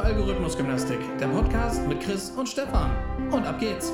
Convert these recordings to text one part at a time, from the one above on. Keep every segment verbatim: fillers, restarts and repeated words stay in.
Algorithmusgymnastik, der Podcast mit Chris und Stefan. Und ab geht's.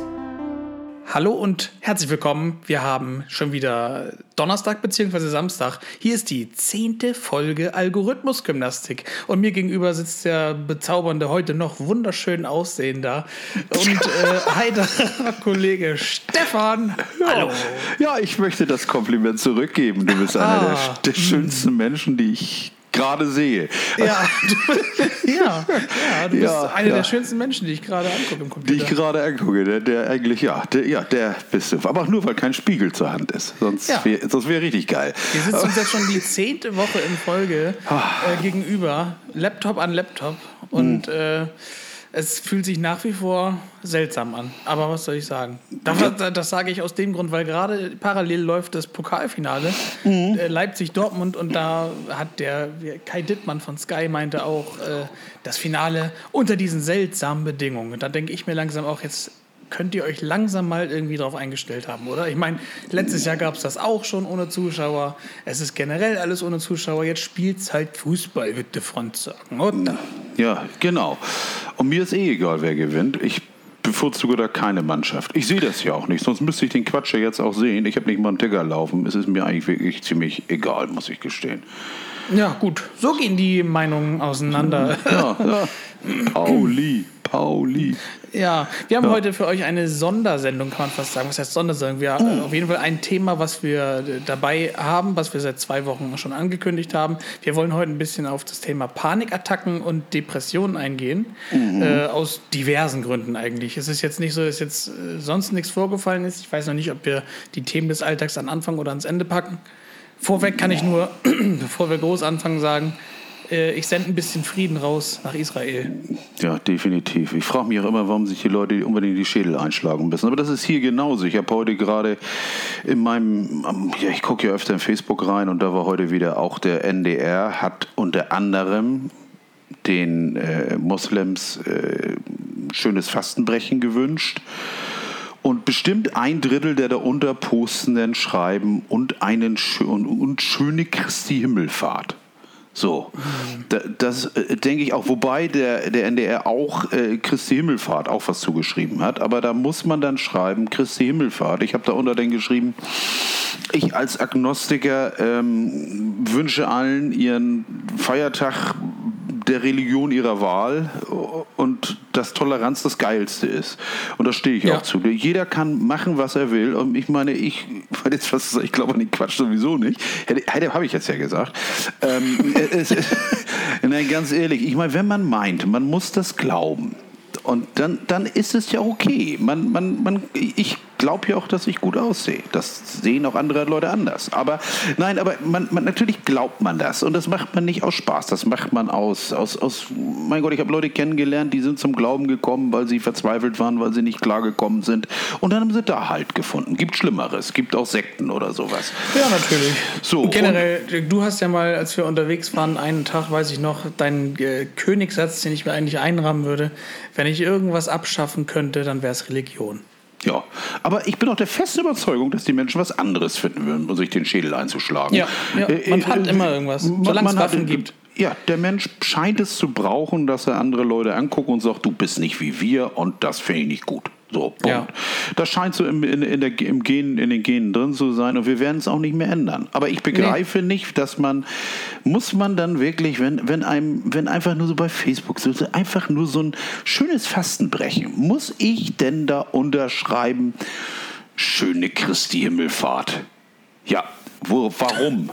Hallo und herzlich willkommen. Wir haben schon wieder Donnerstag bzw. Samstag. Hier ist die zehnte Folge Algorithmusgymnastik. Und mir gegenüber sitzt der bezaubernde, heute noch wunderschön aussehender und äh, heiterer Kollege Stefan. Hallo. Ja, ich möchte das Kompliment zurückgeben. Du bist einer Ah. der, der schönsten Menschen, die ich gerade sehe. Ja, du, ja, ja, du bist Ja, einer ja. der schönsten Menschen, die ich gerade angucke im Die Computer. ich gerade angucke, der, der eigentlich, ja, der, ja, der bist du. Aber auch nur, weil kein Spiegel zur Hand ist. Sonst Ja. wäre das wär richtig geil. Wir sitzen uns jetzt schon die zehnte Woche in Folge äh, gegenüber, Laptop an Laptop. Und äh, es fühlt sich nach wie vor seltsam an. Aber was soll ich sagen? Das, das sage ich aus dem Grund, weil gerade parallel läuft das Pokalfinale äh, Leipzig-Dortmund. Und da hat der Kai Dittmann von Sky meinte auch, äh, das Finale unter diesen seltsamen Bedingungen. Und da denke ich mir langsam auch, jetzt könnt ihr euch langsam mal irgendwie drauf eingestellt haben, oder? Ich meine, letztes Jahr gab es das auch schon ohne Zuschauer. Es ist generell alles ohne Zuschauer. Jetzt spielt es halt Fußball, würde Franz sagen, oder? Ja, genau. Und mir ist eh egal, wer gewinnt. Ich bevorzuge da keine Mannschaft. Ich sehe das ja auch nicht, sonst müsste ich den Quatsch ja jetzt auch sehen. Ich habe nicht mal einen Ticker laufen. Es ist mir eigentlich wirklich ziemlich egal, muss ich gestehen. Ja, gut. So gehen die Meinungen auseinander. Ja, ja. Pauli, Pauli. Ja, wir haben Ja. heute für euch eine Sondersendung, kann man fast sagen. Was heißt Sondersendung? Wir haben auf jeden Fall ein Thema, was wir äh, dabei haben, was wir seit zwei Wochen schon angekündigt haben. Wir wollen heute ein bisschen auf das Thema Panikattacken und Depressionen eingehen. Äh, aus diversen Gründen eigentlich. Es ist jetzt nicht so, dass jetzt äh, sonst nichts vorgefallen ist. Ich weiß noch nicht, ob wir die Themen des Alltags an Anfang oder ans Ende packen. Vorweg kann ich nur, bevor wir groß anfangen, sagen, äh, ich sende ein bisschen Frieden raus nach Israel. Ja, definitiv. Ich frage mich auch immer, warum sich die Leute unbedingt die Schädel einschlagen müssen. Aber das ist hier genauso. Ich habe heute gerade in meinem, ähm, ja, ich gucke ja öfter in Facebook rein und da war heute wieder auch der N D R, hat unter anderem den äh, Moslems äh, schönes Fastenbrechen gewünscht. Und bestimmt ein Drittel der darunter Postenden schreiben und, einen schö- und, und schöne Christi Himmelfahrt. So, da, das äh, denke ich auch, wobei der, der N D R auch äh, Christi Himmelfahrt auch was zugeschrieben hat, aber da muss man dann schreiben, Christi Himmelfahrt. Ich habe da unter den geschrieben, ich als Agnostiker ähm, wünsche allen ihren Feiertag der Religion ihrer Wahl und dass Toleranz das Geilste ist. Und da stehe ich Ja. auch zu. Jeder kann machen, was er will. Und ich meine, ich, ich glaube an den Quatsch sowieso nicht. Hätte, habe ich jetzt ja gesagt. Ähm, es, es, nein, ganz ehrlich, ich meine, wenn man meint, man muss das glauben, und dann, dann ist es ja okay. Man, man, man, ich glaube ja auch, dass ich gut aussehe. Das sehen auch andere Leute anders. Aber nein, aber man, man, natürlich glaubt man das. Und das macht man nicht aus Spaß. Das macht man aus, aus, aus mein Gott, ich habe Leute kennengelernt, die sind zum Glauben gekommen, weil sie verzweifelt waren, weil sie nicht klargekommen sind. Und dann haben sie da Halt gefunden. Gibt Schlimmeres. Gibt auch Sekten oder sowas. Ja, natürlich. So, und generell, du hast ja mal, als wir unterwegs waren, einen Tag, weiß ich noch, deinen äh, Königssatz, den ich mir eigentlich einrahmen würde, wenn ich irgendwas abschaffen könnte, dann wäre es Religion. Ja, aber ich bin auch der festen Überzeugung, dass die Menschen was anderes finden würden, um sich den Schädel einzuschlagen. Ja, ja, man hat immer irgendwas, solange es Waffen hat, gibt. Ja, der Mensch scheint es zu brauchen, dass er andere Leute anguckt und sagt, du bist nicht wie wir und das finde ich nicht gut. So, Punkt. Ja. Das scheint so im, in, in, der, im Gen, in den Genen drin zu sein und wir werden es auch nicht mehr ändern. Aber ich begreife nee. nicht, dass man, muss man dann wirklich, wenn, wenn einem, wenn einfach nur so bei Facebook, so, so einfach nur so ein schönes Fastenbrechen, muss ich denn da unterschreiben, schöne Christi Himmelfahrt? Ja, wo, warum?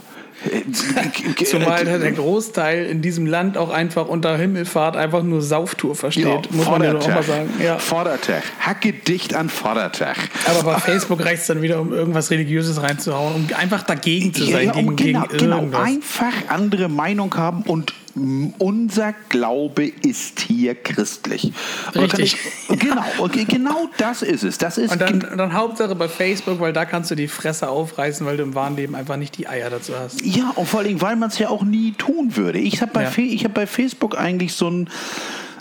Zumal der Großteil in diesem Land auch einfach unter Himmelfahrt einfach nur Sauftour versteht, ja, muss man ja auch mal sagen. Ja. Vatertag, hacke dicht an Vatertag. Aber bei Facebook reicht es dann wieder, um irgendwas Religiöses reinzuhauen, um einfach dagegen zu sein, ja, gegen, genau, gegen genau, irgendwas. einfach andere Meinung haben und unser Glaube ist hier christlich. Richtig. Ich, genau, okay, genau das ist es. Das ist und dann, dann Hauptsache bei Facebook, weil da kannst du die Fresse aufreißen, weil du im wahren Leben einfach nicht die Eier dazu hast. Ja, und vor allem, weil man es ja auch nie tun würde. Ich habe bei, ja. Fe- ich hab bei Facebook eigentlich so ein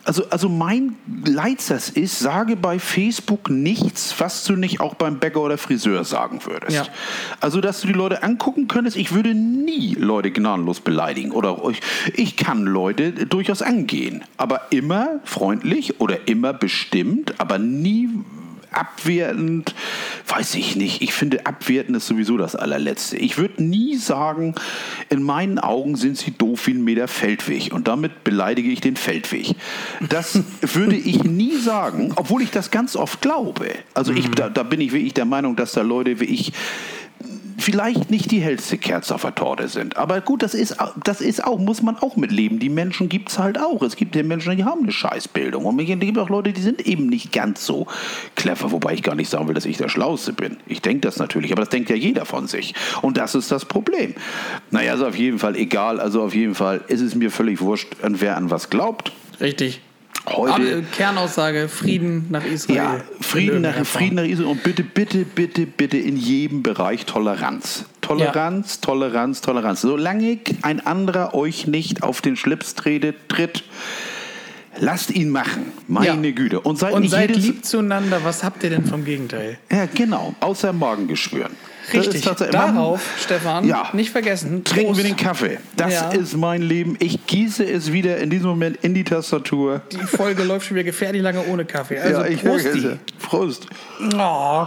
Also, also mein Leitsatz ist, sage bei Facebook nichts, was du nicht auch beim Bäcker oder Friseur sagen würdest. Ja. Also, dass du die Leute angucken könntest, ich würde nie Leute gnadenlos beleidigen. Oder ich, ich kann Leute durchaus angehen, aber immer freundlich oder immer bestimmt, aber nie abwertend, weiß ich nicht. Ich finde, abwertend ist sowieso das allerletzte. Ich würde nie sagen, in meinen Augen sind sie doof wie ein Meter Feldweg und damit beleidige ich den Feldweg. Das würde ich nie sagen, obwohl ich das ganz oft glaube. Also ich, da, da bin ich wirklich der Meinung, dass da Leute wie ich vielleicht nicht die hellste Kerze auf der Torte sind. Aber gut, das ist, das ist auch, muss man auch mitleben. Die Menschen gibt es halt auch. Es gibt ja Menschen, die haben eine Scheißbildung. Und es gibt auch Leute, die sind eben nicht ganz so clever. Wobei ich gar nicht sagen will, dass ich der Schlauste bin. Ich denke das natürlich, aber das denkt ja jeder von sich. Und das ist das Problem. Naja, also auf jeden Fall egal. Also auf jeden Fall ist es mir völlig wurscht, an wer an was glaubt. Richtig. Heute, Aber Kernaussage, Frieden nach Israel. Ja, Frieden nach, Frieden nach Israel und bitte, bitte, bitte, bitte in jedem Bereich Toleranz. Toleranz, ja. Toleranz, Toleranz. Solange ein anderer euch nicht auf den Schlips tretet, tritt, lasst ihn machen. Meine ja. Güte. Und seid, und nicht seid jedes, lieb zueinander. Was habt ihr denn vom Gegenteil? Ja, genau. Außer Magengeschwüren. Richtig, darauf, Stefan, ja. nicht vergessen. Trinken Prost. Wir den Kaffee. Das ja. ist mein Leben. Ich gieße es wieder in diesem Moment in die Tastatur. Die Folge läuft schon wieder gefährlich lange ohne Kaffee. Also ja, ich Prost. Prost. Oh.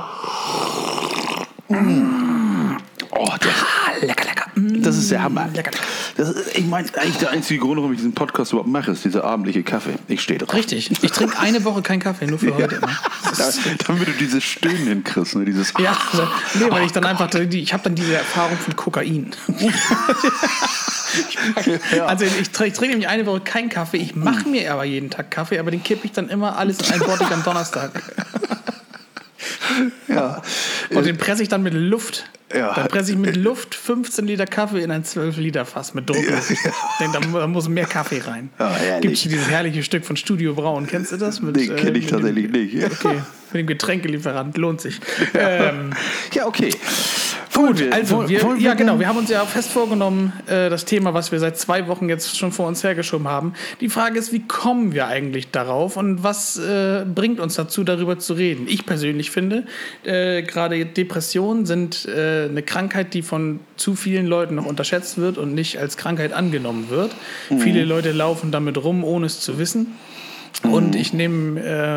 Mm. Oh, das, ah, lecker, lecker. Das ist der Hammer. Lecker, lecker. Das ist, ich meine, eigentlich der einzige Grund, warum ich diesen Podcast überhaupt mache, ist dieser abendliche Kaffee. Ich stehe drauf. Richtig. Ich trinke eine Woche keinen Kaffee, nur für heute. Ja. Da, damit du dieses Stöhnen hinkriegst, ne? Dieses ja, also, nee, weil ich dann einfach, ich habe dann diese Erfahrung von Kokain. ja. Also ich, ich trinke nämlich eine Woche keinen Kaffee, ich mache mir aber jeden Tag Kaffee, aber den kippe ich dann immer alles in einen Bottig am Donnerstag. Ja. Und den presse ich dann mit Luft. Ja. Dann presse ich mit Luft fünfzehn Liter Kaffee in ein zwölf Liter Fass mit Druck. Ja. Ich denke, da muss mehr Kaffee rein. Ja, gibt es dieses herrliche Stück von Studio Braun. Kennst du das? Mit, nee, kenne ich äh, tatsächlich dem, nicht. Okay, mit dem Getränkelieferant. Lohnt sich. Ja, ähm, ja okay. Gut, wir, also wir, wir ja genau, wir haben uns ja fest vorgenommen, äh, das Thema, was wir seit zwei Wochen jetzt schon vor uns hergeschoben haben. Die Frage ist, wie kommen wir eigentlich darauf und was äh, bringt uns dazu, darüber zu reden? Ich persönlich finde, äh, gerade Depressionen sind äh, eine Krankheit, die von zu vielen Leuten noch unterschätzt wird und nicht als Krankheit angenommen wird. Mhm. Viele Leute laufen damit rum, ohne es zu wissen. Mhm. Und ich nehme,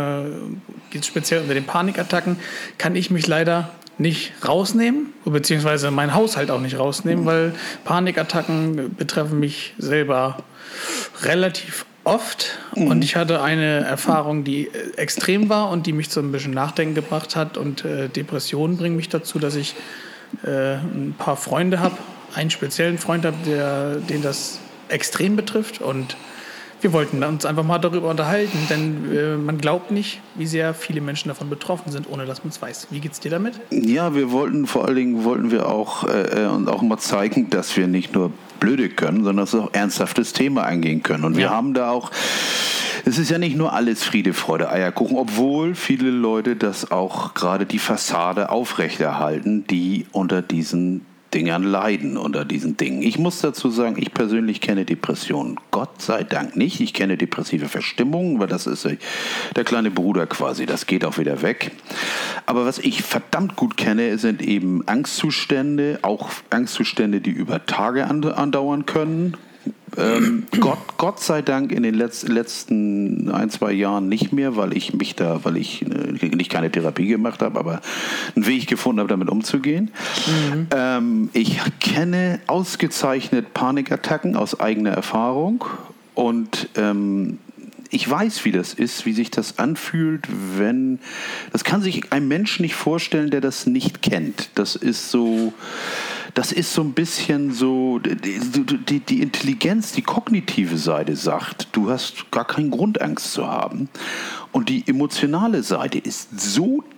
äh, speziell unter den Panikattacken, kann ich mich leider nicht rausnehmen, beziehungsweise mein Haushalt auch nicht rausnehmen, weil Panikattacken betreffen mich selber relativ oft. Mhm. Und ich hatte eine Erfahrung, die extrem war und die mich so ein bisschen Nachdenken gebracht hat. Und äh, Depressionen bringen mich dazu, dass ich äh, ein paar Freunde habe, einen speziellen Freund habe, der, den das extrem betrifft. Und wir wollten uns einfach mal darüber unterhalten, denn äh, man glaubt nicht, wie sehr viele Menschen davon betroffen sind, ohne dass man es weiß. Wie geht's dir damit? Ja, wir wollten vor allen Dingen wollten wir auch äh, und auch mal zeigen, dass wir nicht nur blöde können, sondern dass wir auch ernsthaftes Thema eingehen können. Und wir ja. haben da auch, es ist ja nicht nur alles Friede, Freude, Eierkuchen, obwohl viele Leute das auch gerade die Fassade aufrechterhalten, die unter diesen Dingern leiden, unter diesen Dingen. Ich muss dazu sagen, ich persönlich kenne Depressionen Gott sei Dank nicht. Ich kenne depressive Verstimmungen, weil das ist der kleine Bruder quasi. Das geht auch wieder weg. Aber was ich verdammt gut kenne, sind eben Angstzustände, auch Angstzustände, die über Tage andauern können. Ähm, Gott, Gott sei Dank in den Letz-, letzten ein, zwei Jahren nicht mehr, weil ich mich da, weil ich äh, nicht keine Therapie gemacht habe, aber einen Weg gefunden habe, damit umzugehen. Mhm. Ähm, ich kenne ausgezeichnet Panikattacken aus eigener Erfahrung und ähm, ich weiß, wie das ist, wie sich das anfühlt, wenn, das kann sich ein Mensch nicht vorstellen, der das nicht kennt. Das ist so, das ist so ein bisschen so, die, die, die Intelligenz, die kognitive Seite sagt, du hast gar keinen Grund, Angst zu haben. Und die emotionale Seite ist so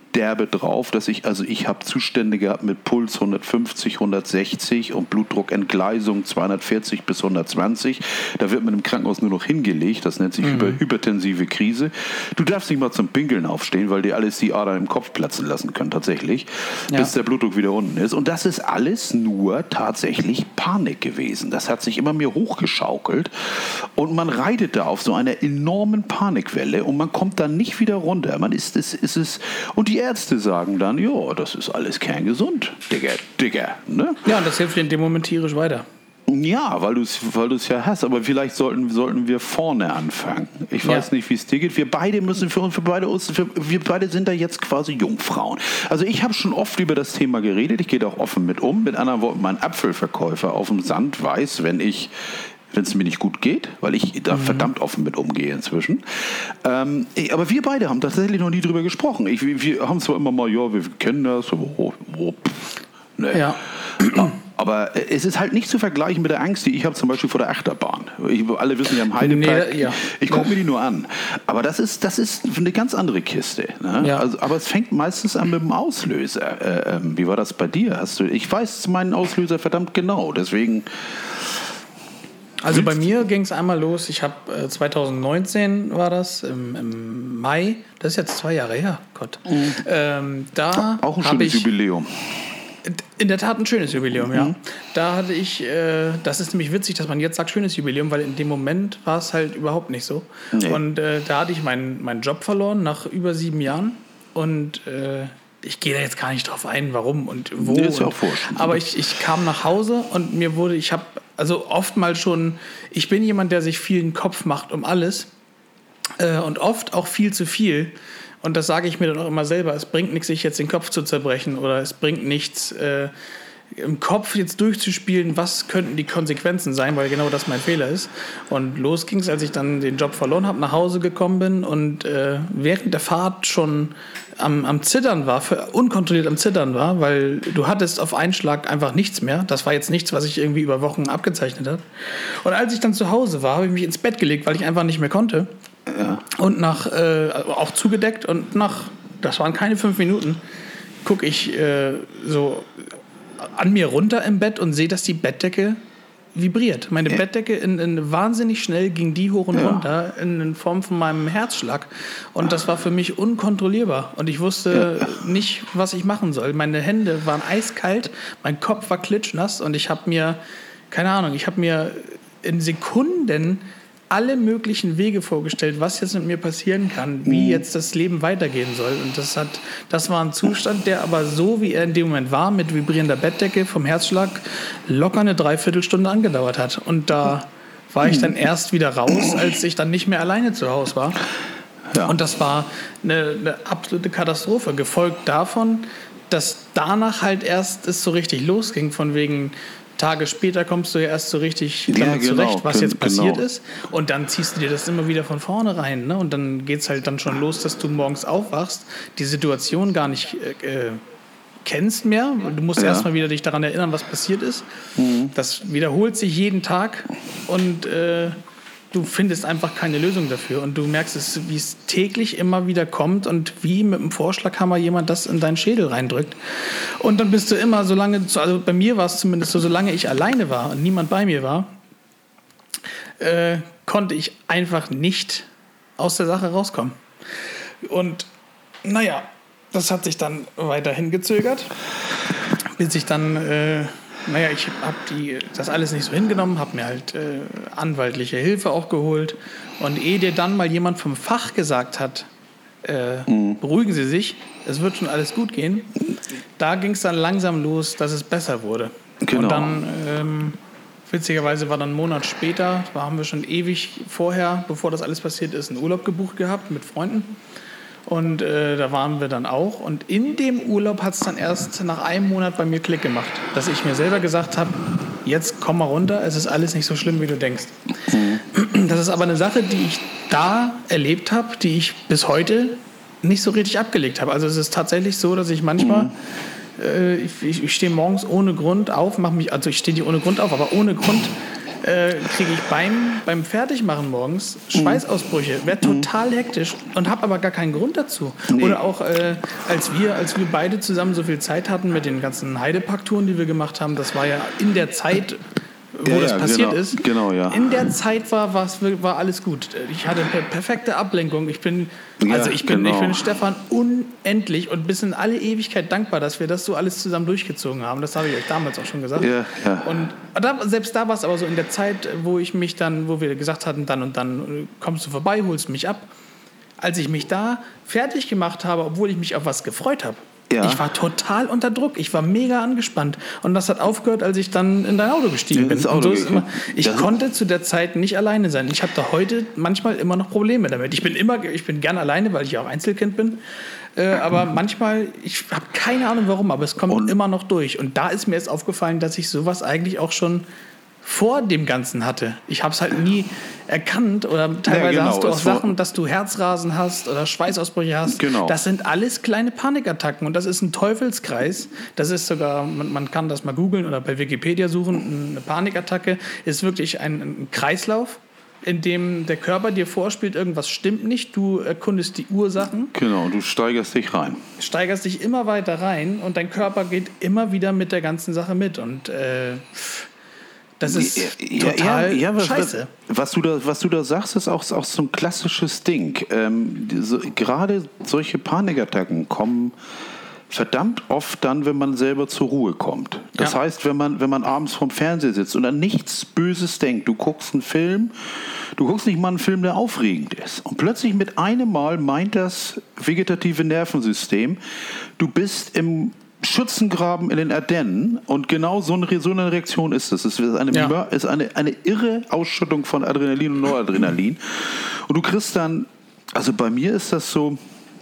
derbe drauf, dass ich, also ich habe Zustände gehabt mit Puls hundertfünfzig, hundertsechzig und Blutdruckentgleisung zweihundertvierzig bis hundertzwanzig. Da wird man im Krankenhaus nur noch hingelegt. Das nennt sich mhm. Hyper- hypertensive Krise. Du darfst nicht mal zum Pinkeln aufstehen, weil dir alles die Adern im Kopf platzen lassen können, tatsächlich, ja. bis der Blutdruck wieder unten ist. Und das ist alles nur tatsächlich Panik gewesen. Das hat sich immer mehr hochgeschaukelt und man reitet da auf so einer enormen Panikwelle und man kommt dann nicht wieder runter. Man ist es, ist es, und die Ärzte sagen dann, ja, das ist alles kerngesund, Digga, Digga. Ne? Ja, und das hilft dir in dem Moment tierisch weiter. Ja, weil du es weil ja hast, aber vielleicht sollten, sollten wir vorne anfangen. Ich weiß ja. nicht, wie es dir geht. Wir beide müssen für uns, für beide uns, für, wir beide sind da jetzt quasi Jungfrauen. Also ich habe schon oft über das Thema geredet, ich gehe da auch offen mit um. Mit anderen Worten, mein Apfelverkäufer auf dem Sand weiß, wenn ich wenn es mir nicht gut geht, weil ich da mhm. verdammt offen mit umgehe inzwischen. Ähm, aber wir beide haben tatsächlich noch nie drüber gesprochen. Ich, wir haben zwar immer mal, ja, wir kennen das, aber oh, oh, pff, ne. Ja. Aber es ist halt nicht zu vergleichen mit der Angst, die ich habe zum Beispiel vor der Achterbahn. Ich, alle wissen ja im Heidepark, nee, ja. ich gucke mir die nur an. Aber das ist, das ist eine ganz andere Kiste. Ne? Ja. Also, aber es fängt meistens an mit dem Auslöser. Äh, äh, wie war das bei dir? Hast du, ich weiß meinen Auslöser verdammt genau, deswegen... Also bei mir ging es einmal los, ich habe äh, zwanzig neunzehn war das, im, im Mai, das ist jetzt zwei Jahre her, Gott. Mhm. Ähm, da auch ein schönes ich, Jubiläum. In der Tat ein schönes Jubiläum, mhm. ja. Da hatte ich, äh, das ist nämlich witzig, dass man jetzt sagt schönes Jubiläum, weil in dem Moment war es halt überhaupt nicht so. Nee. Und äh, da hatte ich meinen, meinen Job verloren nach über sieben Jahren und äh, ich gehe da jetzt gar nicht drauf ein, warum und wo. Nee, ist ja und, auch wurscht. Aber ich, ich kam nach Hause und mir wurde, ich habe also oftmals schon, ich bin jemand, der sich viel den Kopf macht um alles äh, und oft auch viel zu viel. Und das sage ich mir dann auch immer selber. Es bringt nichts, sich jetzt den Kopf zu zerbrechen oder es bringt nichts, äh, im Kopf jetzt durchzuspielen, was könnten die Konsequenzen sein, weil genau das mein Fehler ist. Und los ging es, als ich dann den Job verloren habe, nach Hause gekommen bin und äh, während der Fahrt schon am, am Zittern war, für, unkontrolliert am Zittern war, weil du hattest auf einen Schlag einfach nichts mehr. Das war jetzt nichts, was ich irgendwie über Wochen abgezeichnet habe. Und als ich dann zu Hause war, habe ich mich ins Bett gelegt, weil ich einfach nicht mehr konnte. Ja. Und nach, äh, auch zugedeckt und nach, das waren keine fünf Minuten, gucke ich äh, so an mir runter im Bett und sehe, dass die Bettdecke vibriert. Meine ja. Bettdecke in, in wahnsinnig schnell ging die hoch und ja. runter in, in Form von meinem Herzschlag. Und das war für mich unkontrollierbar. Und ich wusste ja. nicht, was ich machen soll. Meine Hände waren eiskalt, mein Kopf war klitschnass und ich habe mir, keine Ahnung, ich habe mir in Sekunden alle möglichen Wege vorgestellt, was jetzt mit mir passieren kann, wie jetzt das Leben weitergehen soll. Und das hat, das war ein Zustand, der aber so, wie er in dem Moment war, mit vibrierender Bettdecke vom Herzschlag, locker eine Dreiviertelstunde angedauert hat. Und da war ich dann erst wieder raus, als ich dann nicht mehr alleine zu Hause war. Ja. Und das war eine, eine absolute Katastrophe, gefolgt davon, dass danach halt erst es so richtig losging, von wegen Tage später kommst du ja erst so richtig damit ja, genau, zurecht, was jetzt passiert genau. ist. Und dann ziehst du dir das immer wieder von vorne rein. Ne? Und dann geht es halt dann schon los, dass du morgens aufwachst, die Situation gar nicht äh, kennst mehr. Du musst ja. erstmal wieder dich daran erinnern, was passiert ist. Mhm. Das wiederholt sich jeden Tag und äh, du findest einfach keine Lösung dafür. Und du merkst, es, wie es täglich immer wieder kommt und wie mit einem Vorschlaghammer jemand das in deinen Schädel reindrückt. Und dann bist du immer, solange, also bei mir war es zumindest so, solange ich alleine war und niemand bei mir war, äh, konnte ich einfach nicht aus der Sache rauskommen. Und naja, das hat sich dann weiterhin gezögert, bis ich dann... Äh, Naja, ich habe das alles nicht so hingenommen, habe mir halt äh, anwaltliche Hilfe auch geholt. Und ehe dir dann mal jemand vom Fach gesagt hat, äh, mhm. beruhigen Sie sich, es wird schon alles gut gehen, da ging es dann langsam los, dass es besser wurde. Genau. Und dann, ähm, witzigerweise war dann einen Monat später, da haben wir schon ewig vorher, bevor das alles passiert ist, einen Urlaub gebucht gehabt mit Freunden. Und äh, da waren wir dann auch. Und in dem Urlaub hat es dann erst nach einem Monat bei mir Klick gemacht, dass ich mir selber gesagt habe, jetzt komm mal runter, es ist alles nicht so schlimm, wie du denkst. Mhm. Das ist aber eine Sache, die ich da erlebt habe, die ich bis heute nicht so richtig abgelegt habe. Also es ist tatsächlich so, dass ich manchmal, mhm. äh, ich, ich stehe morgens ohne Grund auf, mach mich, also ich stehe nicht ohne Grund auf, aber ohne Grund äh, kriege ich beim, beim Fertigmachen morgens Schweißausbrüche, werde total hektisch und habe aber gar keinen Grund dazu. Nee. Oder auch äh, als wir, als wir beide zusammen so viel Zeit hatten mit den ganzen Heideparktouren, die wir gemacht haben, das war ja in der Zeit, wo ja, das ja, passiert genau, ist. Genau, ja. In der Zeit war, war alles gut. Ich hatte per- perfekte Ablenkung. Ich bin, also ich bin, genau. ich bin Stefan unendlich und bis in alle Ewigkeit dankbar, dass wir das so alles zusammen durchgezogen haben. Das habe ich euch damals auch schon gesagt. Ja, ja. Und da, selbst da war es aber so in der Zeit, wo ich mich dann, wo wir gesagt hatten, dann und dann kommst du vorbei, holst mich ab. Als ich mich da fertig gemacht habe, obwohl ich mich auf was gefreut habe, ja. Ich war total unter Druck. Ich war mega angespannt. Und das hat aufgehört, als ich dann in dein Auto gestiegen bin. Auto so ist immer, ich das konnte zu der Zeit nicht alleine sein. Ich habe da heute manchmal immer noch Probleme damit. Ich bin immer, ich bin gern alleine, weil ich auch Einzelkind bin. Äh, aber manchmal, ich habe keine Ahnung warum, aber es kommt und immer noch durch. Und da ist mir jetzt aufgefallen, dass ich sowas eigentlich auch schon vor dem Ganzen hatte. Ich habe es halt nie erkannt oder teilweise ja, genau. hast du auch Sachen, dass du Herzrasen hast oder Schweißausbrüche hast. Genau. Das sind alles kleine Panikattacken und das ist ein Teufelskreis. Das ist sogar, man, man kann das mal googeln oder bei Wikipedia suchen, eine Panikattacke ist wirklich ein, ein Kreislauf, in dem der Körper dir vorspielt, irgendwas stimmt nicht, du erkundest die Ursachen. Genau, du steigerst dich rein. Steigerst dich immer weiter rein und dein Körper geht immer wieder mit der ganzen Sache mit und äh, das ist ja, total ja, ja, was, scheiße. Was, was, du da, was du da sagst, ist auch, auch so ein klassisches Ding. Ähm, so, gerade solche Panikattacken kommen verdammt oft dann, wenn man selber zur Ruhe kommt. Das ja. heißt, wenn man, wenn man abends vorm Fernseher sitzt und an nichts Böses denkt, du guckst einen Film, du guckst nicht mal einen Film, der aufregend ist. Und plötzlich mit einem Mal meint das vegetative Nervensystem, du bist im Schützengraben in den Ardennen und genau so eine, so eine Reaktion ist es. Es ist eine, ja. ist eine, eine irre Ausschüttung von Adrenalin und Noradrenalin. Und du kriegst dann, also bei mir ist das so,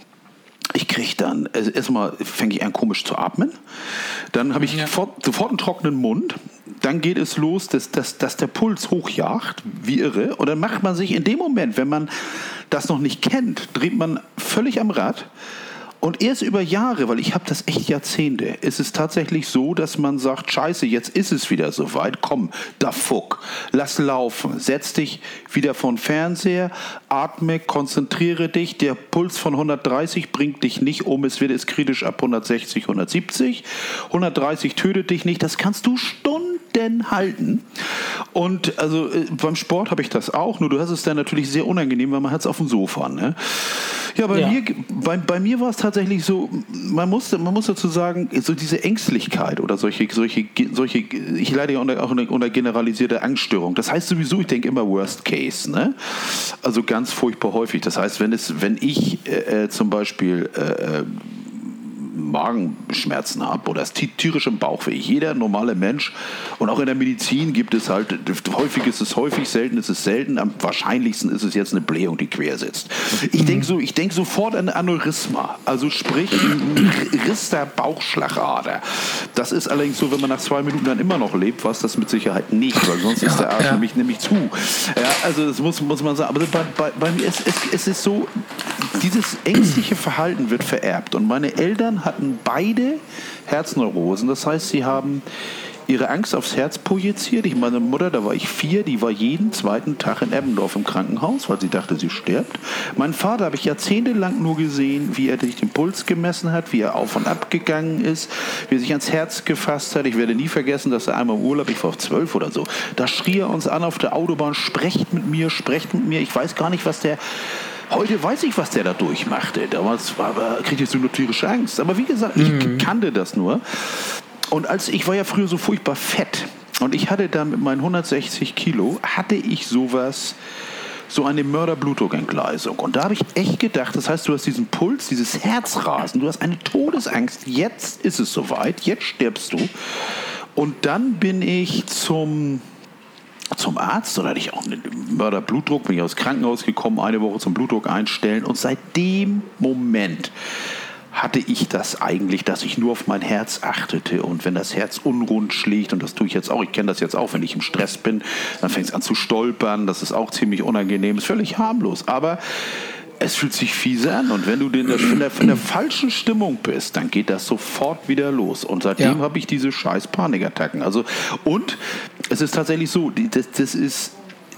ich kriege dann, also erstmal fange ich an komisch zu atmen, dann habe ich ja. sofort, sofort einen trockenen Mund, dann geht es los, dass, dass, dass der Puls hochjagt, wie irre, und dann macht man sich in dem Moment, wenn man das noch nicht kennt, dreht man völlig am Rad. Und erst über Jahre, weil ich habe das echt Jahrzehnte, ist es tatsächlich so, dass man sagt, scheiße, jetzt ist es wieder soweit, komm, da fuck, lass laufen, setz dich wieder vor den Fernseher, atme, konzentriere dich, der Puls von hundertdreißig bringt dich nicht um, es wird es kritisch ab hundertsechzig, hundertsiebzig, hundertdreißig tötet dich nicht, das kannst du Stunden halten. Und also äh, beim Sport habe ich das auch, nur du hast es dann natürlich sehr unangenehm, weil man hat es auf dem Sofa, ne? Ja, bei, ja. Mir, bei, bei mir war es tatsächlich so, man muss, man muss dazu sagen, so diese Ängstlichkeit oder solche, solche, solche ich leide ja unter, auch unter generalisierter Angststörung. Das heißt sowieso, ich denke immer Worst Case, ne? Also ganz furchtbar häufig. Das heißt, wenn, es, wenn ich äh, zum Beispiel äh, Magenschmerzen habe oder das tierische Bauchweh. Jeder normale Mensch und auch in der Medizin gibt es halt, häufig ist es häufig, selten ist es selten, am wahrscheinlichsten ist es jetzt eine Blähung, die quer sitzt. Ich denke so, ich denk sofort an Aneurysma, also sprich ein Riss der Bauchschlagader. Das ist allerdings so, wenn man nach zwei Minuten dann immer noch lebt, was das mit Sicherheit nicht, weil sonst ja, ist der Arsch ja. nämlich, nämlich zu. Ja, also das muss, muss man sagen. Aber bei, bei, bei mir ist es, es ist so, dieses ängstliche Verhalten wird vererbt und meine Eltern hatten beide Herzneurosen. Das heißt, sie haben ihre Angst aufs Herz projiziert. Ich meine Mutter, da war ich vier, die war jeden zweiten Tag in Eppendorf im Krankenhaus, weil sie dachte, sie stirbt. Mein Vater habe ich jahrzehntelang nur gesehen, wie er sich den Puls gemessen hat, wie er auf und ab gegangen ist, wie er sich ans Herz gefasst hat. Ich werde nie vergessen, dass er einmal im Urlaub, ich war auf zwölf oder so, da schrie er uns an auf der Autobahn, sprecht mit mir, sprecht mit mir. Ich weiß gar nicht, was der... Heute weiß ich, was der da durchmachte. Damals war, kriegte ich so eine tierische Angst. Aber wie gesagt, ich mhm. kannte das nur. Und als ich war ja früher so furchtbar fett. Und ich hatte dann mit meinen hundertsechzig Kilo, hatte ich sowas, so eine Mörder-Blutdruckentgleisung. Und da habe ich echt gedacht, das heißt, du hast diesen Puls, dieses Herzrasen, du hast eine Todesangst. Jetzt ist es soweit, jetzt stirbst du. Und dann bin ich zum... zum Arzt, oder hatte ich auch einen Mörderblutdruck, bin ich aus dem Krankenhaus gekommen, eine Woche zum Blutdruck einstellen und seit dem Moment hatte ich das eigentlich, dass ich nur auf mein Herz achtete und wenn das Herz unrund schlägt, und das tue ich jetzt auch, ich kenne das jetzt auch, wenn ich im Stress bin, dann fängt es an zu stolpern, das ist auch ziemlich unangenehm, ist völlig harmlos, aber es fühlt sich fiese an. Und wenn du in der, in der, in der falschen Stimmung bist, dann geht das sofort wieder los. Und seitdem ja. habe ich diese scheiß Panikattacken. Also, und es ist tatsächlich so, das, das ist...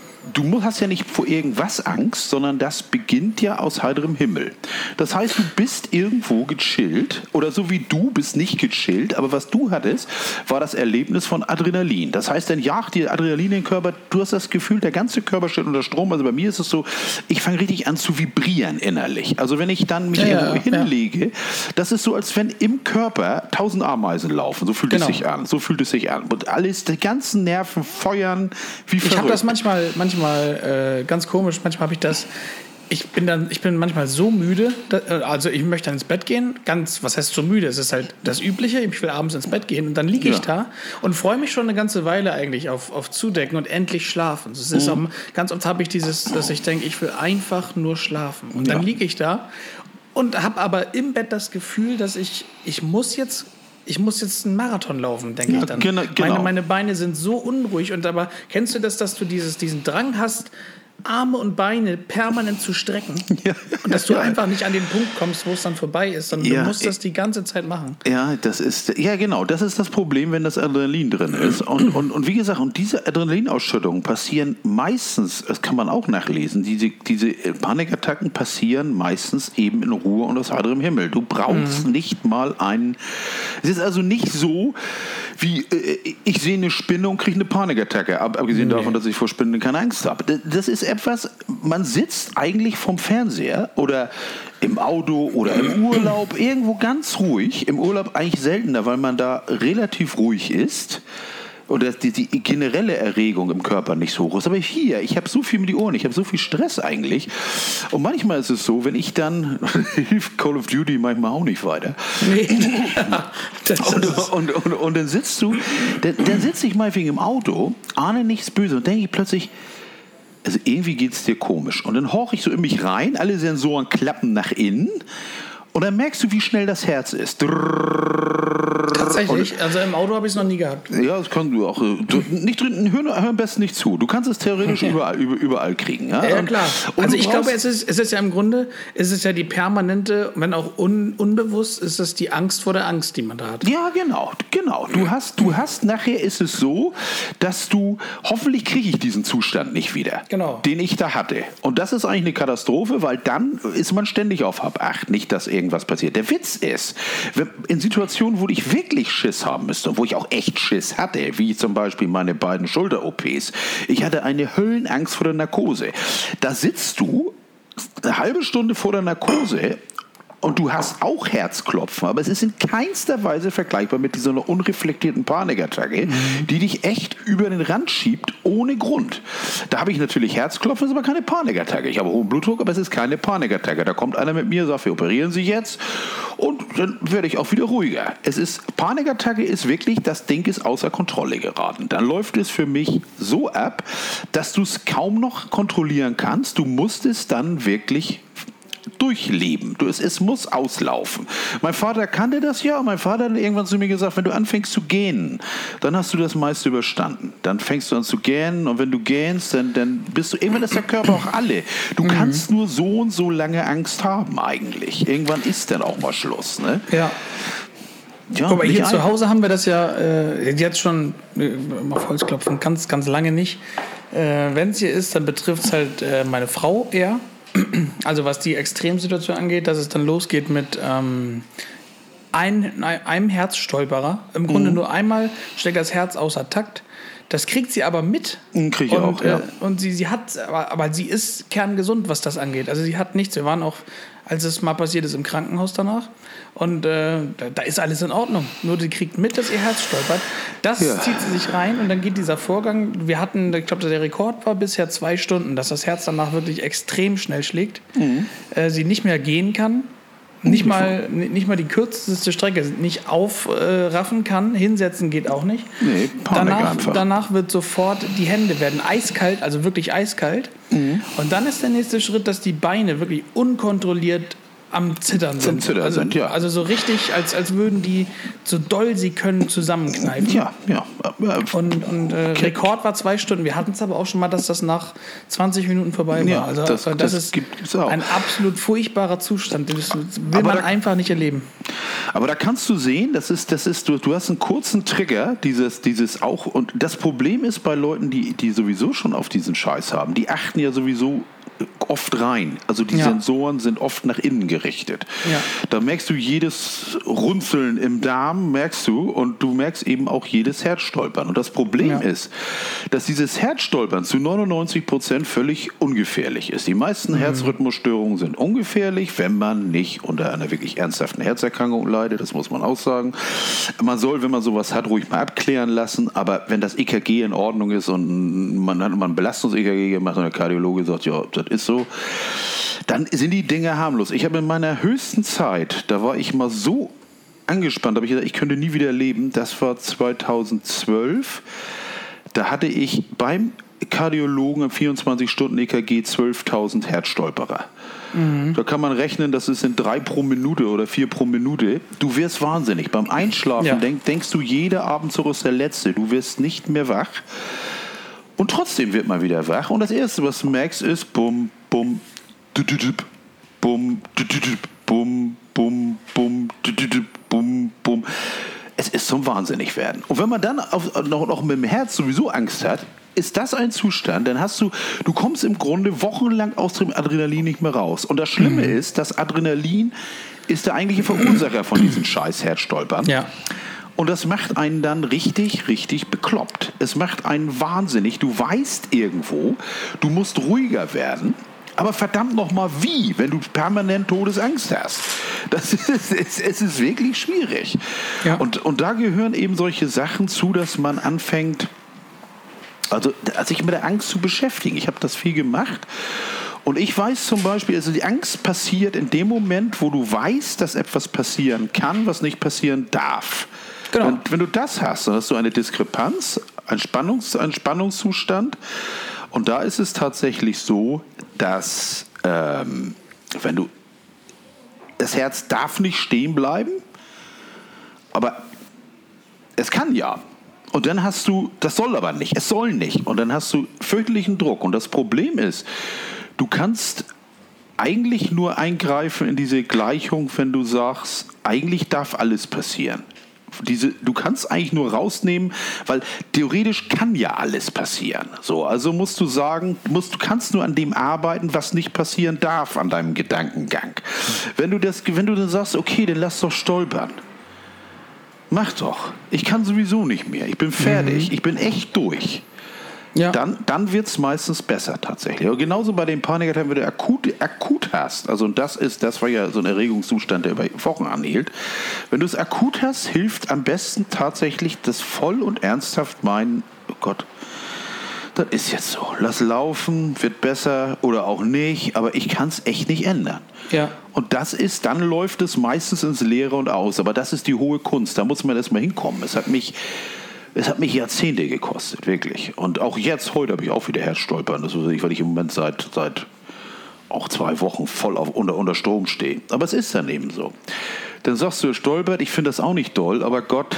Du hast ja nicht vor irgendwas Angst, sondern das beginnt ja aus heiterem Himmel. Das heißt, du bist irgendwo gechillt oder so wie du bist nicht gechillt, aber was du hattest, war das Erlebnis von Adrenalin. Das heißt, dann jagt dir Adrenalin in den Körper, du hast das Gefühl, der ganze Körper steht unter Strom. Also bei mir ist es so, ich fange richtig an zu vibrieren innerlich. Also wenn ich dann mich ja, irgendwo ja. hinlege, das ist so, als wenn im Körper tausend Ameisen laufen. So fühlt genau. es sich an. So fühlt es sich an. Und alles, die ganzen Nerven feuern wie verrückt. Ich habe das manchmal, manchmal Manchmal äh, ganz komisch, manchmal habe ich das, ich bin dann, ich bin manchmal so müde, da, also ich möchte dann ins Bett gehen, ganz, was heißt so müde, es ist halt das Übliche, ich will abends ins Bett gehen und dann liege ich ja. da und freue mich schon eine ganze Weile eigentlich auf, auf Zudecken und endlich schlafen. Das ist mhm. auch, ganz oft habe ich dieses, dass ich denke, ich will einfach nur schlafen und dann ja. liege ich da und habe aber im Bett das Gefühl, dass ich, ich muss jetzt Ich muss jetzt einen Marathon laufen, denke ja, ich dann. Genau, genau. Meine, meine Beine sind so unruhig. Und aber kennst du das, dass du dieses, diesen Drang hast, Arme und Beine permanent zu strecken? Ja. Und dass du ja. einfach nicht an den Punkt kommst, wo es dann vorbei ist, sondern ja. du musst das die ganze Zeit machen. Ja, das ist, ja genau, das ist das Problem, wenn das Adrenalin drin ist. Und, und, und wie gesagt, und diese Adrenalinausschüttungen passieren meistens, das kann man auch nachlesen, diese, diese Panikattacken passieren meistens eben in Ruhe und aus heiterem Himmel. Du brauchst mhm. nicht mal einen, es ist also nicht so, wie äh, ich sehe eine Spinne und kriege eine Panikattacke, ab, abgesehen nee. davon, dass ich vor Spinnen keine Angst habe. Das, das ist etwas, man sitzt eigentlich vom Fernseher oder im Auto oder im Urlaub irgendwo ganz ruhig, im Urlaub eigentlich seltener, weil man da relativ ruhig ist oder die, die generelle Erregung im Körper nicht so hoch ist. Aber hier, ich habe so viel mit die Ohren, ich habe so viel Stress eigentlich. Und manchmal ist es so, wenn ich dann, hilft Call of Duty manchmal auch nicht weiter. Nee. und, und, und, und dann sitzt du, dann, dann sitze ich mal wegen im Auto, ahne nichts Böses und denke ich plötzlich, also irgendwie geht es dir komisch. Und dann horche ich so in mich rein, alle Sensoren klappen nach innen und dann merkst du, wie schnell das Herz ist. Tatsächlich? Und, also im Auto habe ich es noch nie gehabt. Ja, das kannst du auch. Du, nicht drin, hör, hör am besten nicht zu. Du kannst es theoretisch okay. überall, überall kriegen. Ja, ja klar. Und also ich glaube, es ist, es ist ja im Grunde, es ist ja die permanente, wenn auch un, unbewusst, ist es die Angst vor der Angst, die man da hat. Ja, genau. genau. Du hast, du hast, nachher ist es so, dass du, hoffentlich kriege ich diesen Zustand nicht wieder, genau. den ich da hatte. Und das ist eigentlich eine Katastrophe, weil dann ist man ständig auf Hab-Acht, nicht, dass irgendwas passiert. Der Witz ist, in Situationen, wo ich wirklich Schiss haben müsste und wo ich auch echt Schiss hatte, wie zum Beispiel meine beiden Schulter-O Ps. Ich hatte eine Höllenangst vor der Narkose. Da sitzt du eine halbe Stunde vor der Narkose und du hast auch Herzklopfen, aber es ist in keinster Weise vergleichbar mit dieser unreflektierten Panikattacke, mhm. die dich echt über den Rand schiebt, ohne Grund. Da habe ich natürlich Herzklopfen, ist aber keine Panikattacke. Ich habe hohen Blutdruck, aber es ist keine Panikattacke. Da kommt einer mit mir und sagt, wir operieren Sie jetzt und dann werde ich auch wieder ruhiger. Es ist, Panikattacke ist wirklich, das Ding ist außer Kontrolle geraten. Dann läuft es für mich so ab, dass du es kaum noch kontrollieren kannst. Du musst es dann wirklich durchleben. Du, es, es muss auslaufen. Mein Vater kannte das ja und mein Vater hat irgendwann zu mir gesagt, wenn du anfängst zu gähnen, dann hast du das meiste überstanden. Dann fängst du an zu gähnen und wenn du gähnst, dann, dann bist du, irgendwann ist der Körper auch alle. Du mhm. kannst nur so und so lange Angst haben eigentlich. Irgendwann ist dann auch mal Schluss. Ne? Ja. Ja, aber hier zu Hause haben wir das ja äh, jetzt schon, äh, auf Holz klopfen, ganz, ganz lange nicht. Äh, wenn es hier ist, dann betrifft es halt äh, meine Frau eher. Also was die Extremsituation angeht, dass es dann losgeht mit ähm, ein, einem Herzstolperer. Im Grunde mhm. nur einmal steckt das Herz außer Takt. Das kriegt sie aber mit. Krieg ich und, auch, ja. Äh, und sie, sie hat, aber, aber sie ist kerngesund, was das angeht. Also sie hat nichts. Wir waren auch, als es mal passiert ist, im Krankenhaus danach. Und äh, da, da ist alles in Ordnung. Nur sie kriegt mit, dass ihr Herz stolpert. Das ja. zieht sie sich rein und dann geht dieser Vorgang. Wir hatten, ich glaube, der Rekord war bisher zwei Stunden, dass das Herz danach wirklich extrem schnell schlägt. Mhm. Äh, sie nicht mehr gehen kann. Nicht mal, nicht mal die kürzeste Strecke nicht aufraffen äh, kann, hinsetzen geht auch nicht. Nee, Panik danach, einfach. Danach wird sofort, die Hände werden eiskalt, also wirklich eiskalt. Mhm. Und dann ist der nächste Schritt, dass die Beine wirklich unkontrolliert am Zittern sind. Zittern also, sind, ja. Also so richtig, als, als würden die so doll sie können zusammenkneifen. Ja, ja. Und, und äh, Rekord war zwei Stunden. Wir hatten es aber auch schon mal, dass das nach zwanzig Minuten vorbei war. Ja, also das, das, das ist gibt's auch. ein absolut furchtbarer Zustand. Das will aber man da, einfach nicht erleben. Aber da kannst du sehen, das ist, das ist, du, du hast einen kurzen Trigger, dieses, dieses auch. Und das Problem ist bei Leuten, die, die sowieso schon auf diesen Scheiß haben, die achten ja sowieso oft rein. Also die ja. Sensoren sind oft nach innen gerichtet. Ja. Da merkst du jedes Runzeln im Darm, merkst du, und du merkst eben auch jedes Herzstolpern. Und das Problem ja. ist, dass dieses Herzstolpern zu neunundneunzig Prozent völlig ungefährlich ist. Die meisten mhm. Herzrhythmusstörungen sind ungefährlich, wenn man nicht unter einer wirklich ernsthaften Herzerkrankung leidet. Das muss man auch sagen. Man soll, wenn man sowas hat, ruhig mal abklären lassen. Aber wenn das E K G in Ordnung ist und man hat mal ein Belastungs-E K G gemacht und der Kardiologe sagt, ja, das ist so, dann sind die Dinge harmlos. Ich habe in meiner höchsten Zeit, da war ich mal so angespannt, da habe ich gesagt, ich könnte nie wieder leben. Das war zweitausendzwölf. Da hatte ich beim Kardiologen im vierundzwanzig Stunden E K G zwölftausend Herzstolperer. Mhm. Da kann man rechnen, das sind drei pro Minute oder vier pro Minute. Du wirst wahnsinnig. Beim Einschlafen ja. denk, denkst du, jeder Abendzug ist der letzte. Du wirst nicht mehr wach. Und trotzdem wird man wieder wach. Und das Erste, was du merkst, ist bum, bum, bum, bum, bum, bum, bum, bum. Es ist zum Wahnsinnigwerden. Und wenn man dann auf, noch, noch mit dem Herz sowieso Angst hat, ist das ein Zustand, dann hast du, du kommst im Grunde wochenlang aus dem Adrenalin nicht mehr raus. Und das Schlimme mhm. ist, das Adrenalin ist der eigentliche Verursacher von diesen scheiß Herzstolpern. Ja. Und das macht einen dann richtig, richtig bekloppt. Es macht einen wahnsinnig. Du weißt irgendwo, du musst ruhiger werden. Aber verdammt nochmal, wie, wenn du permanent Todesangst hast? Das ist, es, es ist wirklich schwierig. Ja. Und, und da gehören eben solche Sachen zu, dass man anfängt, also sich mit der Angst zu beschäftigen. Ich habe das viel gemacht. Und ich weiß zum Beispiel, also die Angst passiert in dem Moment, wo du weißt, dass etwas passieren kann, was nicht passieren darf. Genau. Wenn, wenn du das hast, dann hast du eine Diskrepanz, einen, Spannungs, einen Spannungszustand. Und da ist es tatsächlich so, dass ähm, wenn du das Herz darf nicht stehen bleiben, aber es kann ja. Und dann hast du, das soll aber nicht, es soll nicht. Und dann hast du fürchterlichen Druck. Und das Problem ist, du kannst eigentlich nur eingreifen in diese Gleichung, wenn du sagst, eigentlich darf alles passieren. Diese, du kannst eigentlich nur rausnehmen, weil theoretisch kann ja alles passieren. So, also musst du sagen, musst, du kannst nur an dem arbeiten, was nicht passieren darf, an deinem Gedankengang. Wenn du, das, wenn du dann sagst, okay, dann lass doch stolpern. Mach doch. Ich kann sowieso nicht mehr. Ich bin fertig. Mhm. Ich bin echt durch. Ja. Dann, dann wird es meistens besser tatsächlich. Und genauso bei den Panikattacken, wenn du akut, akut hast, also das ist, das war ja so ein Erregungszustand, der über Wochen anhielt. Wenn du es akut hast, hilft am besten tatsächlich das voll und ernsthaft meinen, oh Gott, das ist jetzt so. Lass laufen, wird besser oder auch nicht, aber ich kann es echt nicht ändern. Ja. Und das ist, dann läuft es meistens ins Leere und aus. Aber das ist die hohe Kunst. Da muss man erst mal hinkommen. Es hat mich Es hat mich Jahrzehnte gekostet, wirklich. Und auch jetzt, heute habe ich auch wieder Herzstolpern. Das ist, weil ich im Moment seit, seit auch zwei Wochen voll auf, unter, unter Strom stehe. Aber es ist dann eben so. Dann sagst du, stolpert, ich finde das auch nicht doll, aber Gott,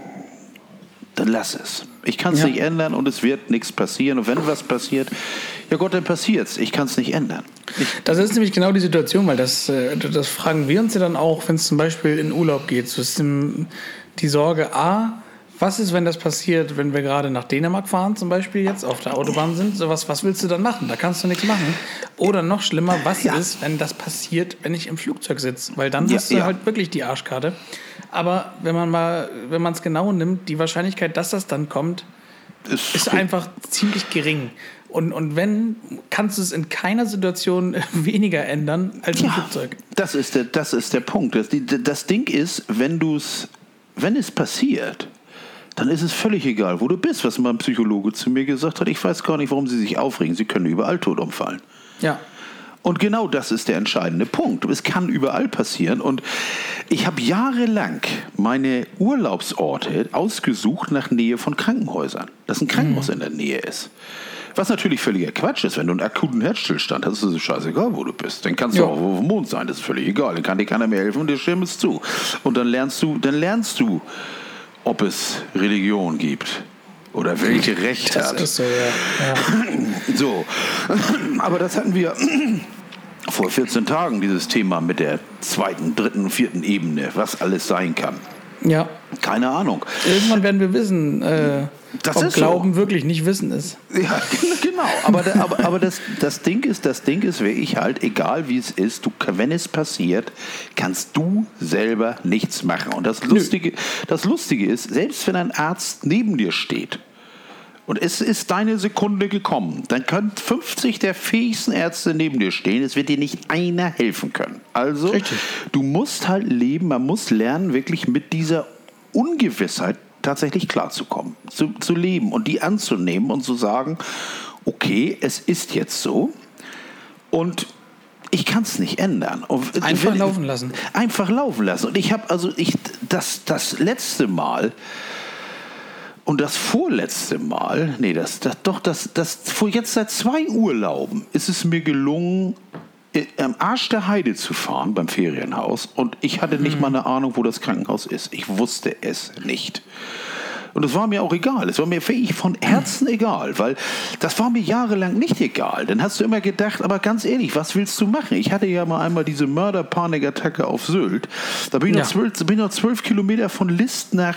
dann lass es. Ich kann es ja. nicht ändern und es wird nichts passieren. Und wenn was passiert, ja Gott, dann passiert's. Ich kann es nicht ändern. Ich das ist nämlich genau die Situation, weil das, das fragen wir uns ja dann auch, wenn es zum Beispiel in Urlaub geht. So ist die Sorge, A, was ist, wenn das passiert, wenn wir gerade nach Dänemark fahren, zum Beispiel jetzt auf der Autobahn sind? So was, was willst du dann machen? Da kannst du nichts machen. Oder noch schlimmer, was ja. ist, wenn das passiert, wenn ich im Flugzeug sitze? Weil dann ja, hast du ja. halt wirklich die Arschkarte. Aber wenn man mal, wenn man es genau nimmt, die Wahrscheinlichkeit, dass das dann kommt, ist, ist einfach ziemlich gering. Und, und wenn, kannst du es in keiner Situation weniger ändern als im ja, Flugzeug. Das ist der, das ist der Punkt. Das, das Ding ist, wenn du es, wenn es passiert, dann ist es völlig egal, wo du bist, was mein Psychologe zu mir gesagt hat. Ich weiß gar nicht, warum Sie sich aufregen. Sie können überall tot umfallen. Ja. Und genau das ist der entscheidende Punkt. Es kann überall passieren. Und ich habe jahrelang meine Urlaubsorte ausgesucht nach Nähe von Krankenhäusern, dass ein Krankenhaus mhm. in der Nähe ist. Was natürlich völliger Quatsch ist, wenn du einen akuten Herzstillstand hast, ist es scheißegal, wo du bist. Dann kannst du Ja. auch auf dem Mond sein, das ist völlig egal. Dann kann dir keiner mehr helfen und dir stimmt es zu. Und dann lernst du, dann lernst du, ob es Religion gibt oder welche Recht Das hat. ist so, ja. ja. So, aber das hatten wir vor vierzehn Tagen, dieses Thema mit der zweiten, dritten, vierten Ebene, was alles sein kann. Ja. Keine Ahnung. Irgendwann werden wir wissen, äh, Das ob ist so. Glauben wirklich nicht Wissen ist. Ja, genau. Aber, da, aber, aber das, das Ding ist, das Ding ist wirklich halt, egal wie es ist, du, wenn es passiert, kannst du selber nichts machen. Und das Lustige, das Lustige ist, selbst wenn ein Arzt neben dir steht und es ist deine Sekunde gekommen, dann können fünfzig der fähigsten Ärzte neben dir stehen, es wird dir nicht einer helfen können. Also, Richtig. du musst halt leben, man muss lernen, wirklich mit dieser Ungewissheit tatsächlich klarzukommen, zu, zu leben und die anzunehmen und zu sagen, okay, es ist jetzt so und ich kann es nicht ändern. Und Einfach wenn, laufen lassen. Einfach laufen lassen. Und ich habe also, ich, das, das letzte Mal und das vorletzte Mal, nee, das, das doch, das, das, vor jetzt seit zwei Urlauben ist es mir gelungen, am Arsch der Heide zu fahren beim Ferienhaus und ich hatte nicht mal eine Ahnung, wo das Krankenhaus ist. Ich wusste es nicht. Und es war mir auch egal. Es war mir wirklich von Herzen egal, weil das war mir jahrelang nicht egal. Dann hast du immer gedacht, aber ganz ehrlich, was willst du machen? Ich hatte ja mal einmal diese Mörder-Panik-Attacke auf Sylt. Da bin ich, Ja. noch, zwölf, bin ich noch zwölf Kilometer von List nach...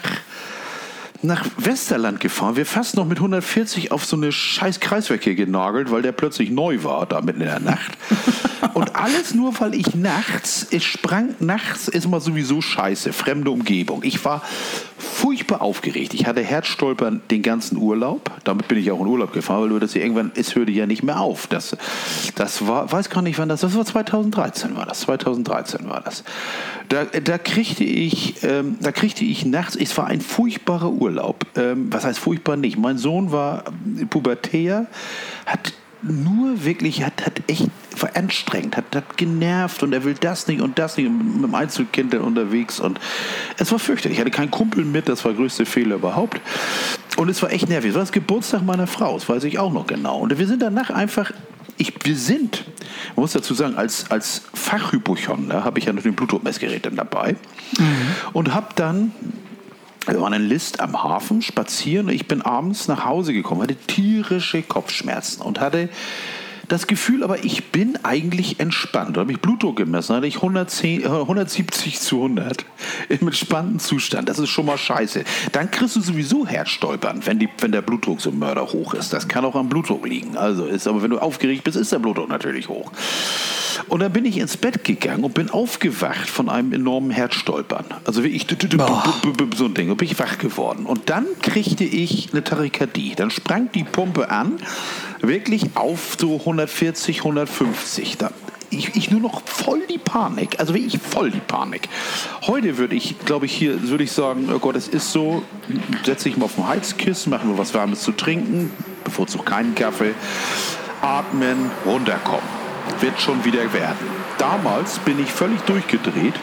nach Westerland gefahren. Wir fast noch mit hundertvierzig auf so eine scheiß Kreisverkehr genagelt, weil der plötzlich neu war, da mitten in der Nacht. Und alles nur, weil ich nachts, ich sprang nachts, ist mal sowieso scheiße, fremde Umgebung. Ich war furchtbar aufgeregt. Ich hatte Herzstolpern den ganzen Urlaub. Damit bin ich auch in Urlaub gefahren, weil du das ja irgendwann, es hörte ja nicht mehr auf. Das, das war, weiß gar nicht wann das, das war zweitausenddreizehn war das, zweitausenddreizehn war das. Da, da kriegte ich, ähm, da kriegte ich nachts, es war ein furchtbarer Urlaub. Ähm, was heißt furchtbar nicht? Mein Sohn war pubertär, hat nur wirklich, hat, hat echt, war anstrengend, hat, hat genervt und er will das nicht und das nicht und mit dem Einzelkind dann unterwegs und es war fürchterlich. Ich hatte keinen Kumpel mit, das war der größte Fehler überhaupt. Und es war echt nervig. Es war das Geburtstag meiner Frau, das weiß ich auch noch genau. Und wir sind danach einfach, ich, wir sind, man muss dazu sagen, als, als Fachhypochonder habe ich ja noch den Blutdruckmessgerät dann dabei mhm. und habe dann, wir waren in List am Hafen spazieren und ich bin abends nach Hause gekommen, hatte tierische Kopfschmerzen und hatte das Gefühl, aber ich bin eigentlich entspannt. Da habe ich Blutdruck gemessen, hatte ich hundertzehn, hundertsiebzig zu hundert im entspannten Zustand. Das ist schon mal scheiße. Dann kriegst du sowieso Herzstolpern, wenn, die, wenn der Blutdruck so Mörder hoch ist. Das kann auch am Blutdruck liegen. Also ist, aber wenn du aufgeregt bist, ist der Blutdruck natürlich hoch. Und dann bin ich ins Bett gegangen und bin aufgewacht von einem enormen Herzstolpern. Also wie ich, so ein Ding, und bin ich wach geworden. Und dann kriegte ich eine Tachykardie. Dann sprang die Pumpe an, wirklich auf so hundertvierzig, hundertfünfzig. Da, ich, ich nur noch voll die Panik, also wirklich voll die Panik. Heute würde ich, glaube ich, hier würde ich sagen, oh Gott, es ist so, setze ich mal auf den Heizkissen, machen wir was Warmes zu trinken, bevorzugt keinen Kaffee, atmen, runterkommen. Wird schon wieder werden. Damals bin ich völlig durchgedreht.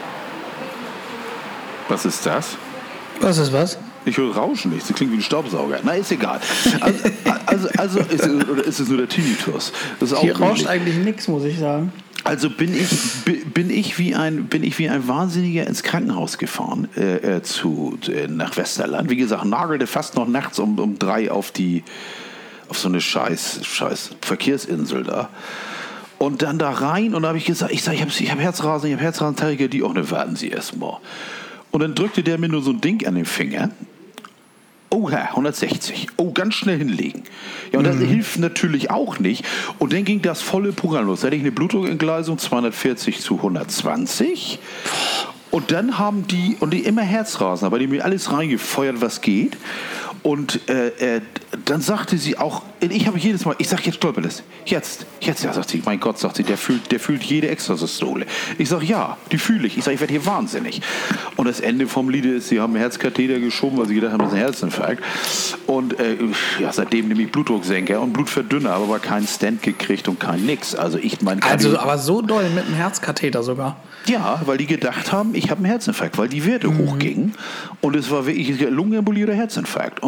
Was ist das? Was ist was? Ich höre Rauschen nicht. Das klingt wie ein Staubsauger. Na, ist egal. Also, also, also ist, es, oder ist es nur der Tinnitus? Das ist Hier auch rauscht möglich. eigentlich nichts, muss ich sagen. Also bin ich, bin ich, wie, ein, bin ich wie ein Wahnsinniger ins Krankenhaus gefahren, äh, äh, zu, äh, nach Westerland. Wie gesagt, nagelte fast noch nachts um, um drei auf, die, auf so eine scheiß, scheiß Verkehrsinsel da. Und dann da rein und da habe ich gesagt, ich sage, ich habe ich hab Herzrasen, ich habe Herzrasen, Tachykardie, auch ne, warten Sie erst mal. Und dann drückte der mir nur so ein Ding an den Finger. Oh Herr, hundertsechzig. Oh, ganz schnell hinlegen. Ja, und das mhm. hilft natürlich auch nicht. Und dann ging das volle Programm los. Da hatte ich eine Blutdruckentgleisung, zweihundertvierzig zu hundertzwanzig. Und dann haben die, und die immer Herzrasen, aber die haben mir alles reingefeuert, was geht. Und äh, äh, dann sagte sie auch, ich habe jedes Mal, ich sage jetzt stolper das, jetzt, jetzt, ja, sagt sie, mein Gott, sagt sie, der fühlt, der fühlt jede Extrasystole. Ich sage, ja, die fühle ich. Ich sage, ich werde hier wahnsinnig. Und das Ende vom Lied ist, sie haben einen Herzkatheter geschoben, weil sie gedacht haben, das ist ein Herzinfarkt. Und äh, ja, seitdem nehme ich Blutdrucksenker und Blutverdünner, aber keinen Stent gekriegt und kein nix. Also ich mein Also, aber so doll mit einem Herzkatheter sogar. Ja, weil die gedacht haben, ich habe einen Herzinfarkt, weil die Werte mhm. hochgingen und es war wirklich Lungenembolie oder Herzinfarkt.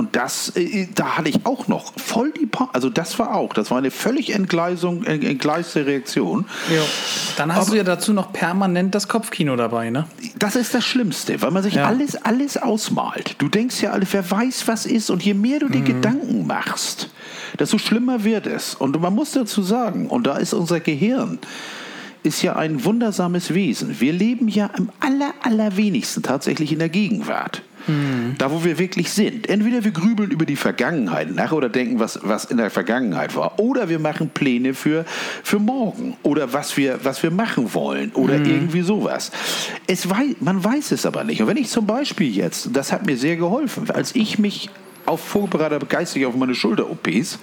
und das, äh, da hatte ich auch noch voll die, pa- also das war auch, das war eine völlig Entgleisung, entgleiste Reaktion. Jo. Dann hast Aber du ja dazu noch permanent das Kopfkino dabei, ne? das ist das Schlimmste, weil man sich Ja. alles, alles ausmalt. Du denkst ja, wer weiß, was ist, und je mehr du dir Gedanken machst, desto schlimmer wird es. Und man muss dazu sagen, und da ist unser Gehirn, ist ja ein wundersames Wesen. Wir leben ja am aller, allerwenigsten tatsächlich in der Gegenwart. Mhm. Da, wo wir wirklich sind. Entweder wir grübeln über die Vergangenheit nach oder denken, was, was in der Vergangenheit war. Oder wir machen Pläne für, für morgen. Oder was wir, was wir machen wollen. Oder mhm. irgendwie sowas. Es wei- man weiß es aber nicht. Und wenn ich zum Beispiel jetzt, das hat mir sehr geholfen, als ich mich auf vorbereitet habe, geistig auf meine Schulter-O Ps,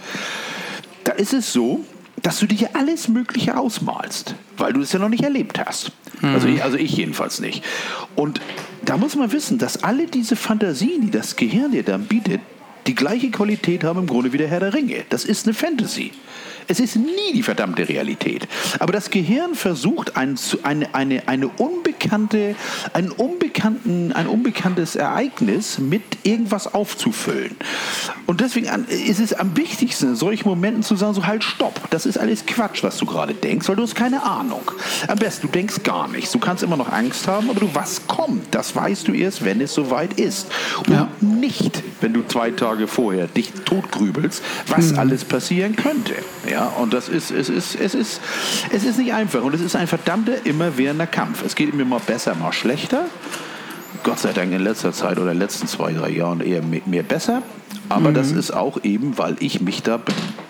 da ist es so, dass du dir alles Mögliche ausmalst, weil du es ja noch nicht erlebt hast. Mhm. Also, ich, also ich jedenfalls nicht. Und da muss man wissen, dass alle diese Fantasien, die das Gehirn dir dann bietet, die gleiche Qualität haben im Grunde wie der Herr der Ringe. Das ist eine Fantasy. Es ist nie die verdammte Realität. Aber das Gehirn versucht, ein, eine, eine, eine unbekannte, einen unbekannten, ein unbekanntes Ereignis mit irgendwas aufzufüllen. Und deswegen ist es am wichtigsten, in solchen Momenten zu sagen, so halt, stopp. Das ist alles Quatsch, was du gerade denkst, weil du hast keine Ahnung. Am besten, du denkst gar nichts. Du kannst immer noch Angst haben, aber du, was kommt, das weißt du erst, wenn es soweit ist. Und ja. nicht, wenn du zwei Tage vorher dich totgrübelst, was mhm. alles passieren könnte. Ja, und das ist, es ist, es ist, es ist nicht einfach. Und es ist ein verdammter, immerwährender Kampf. Es geht mir mal besser, mal schlechter. Gott sei Dank in letzter Zeit oder in den letzten zwei, drei Jahren eher mehr besser. Aber mhm. das ist auch eben, weil ich mich da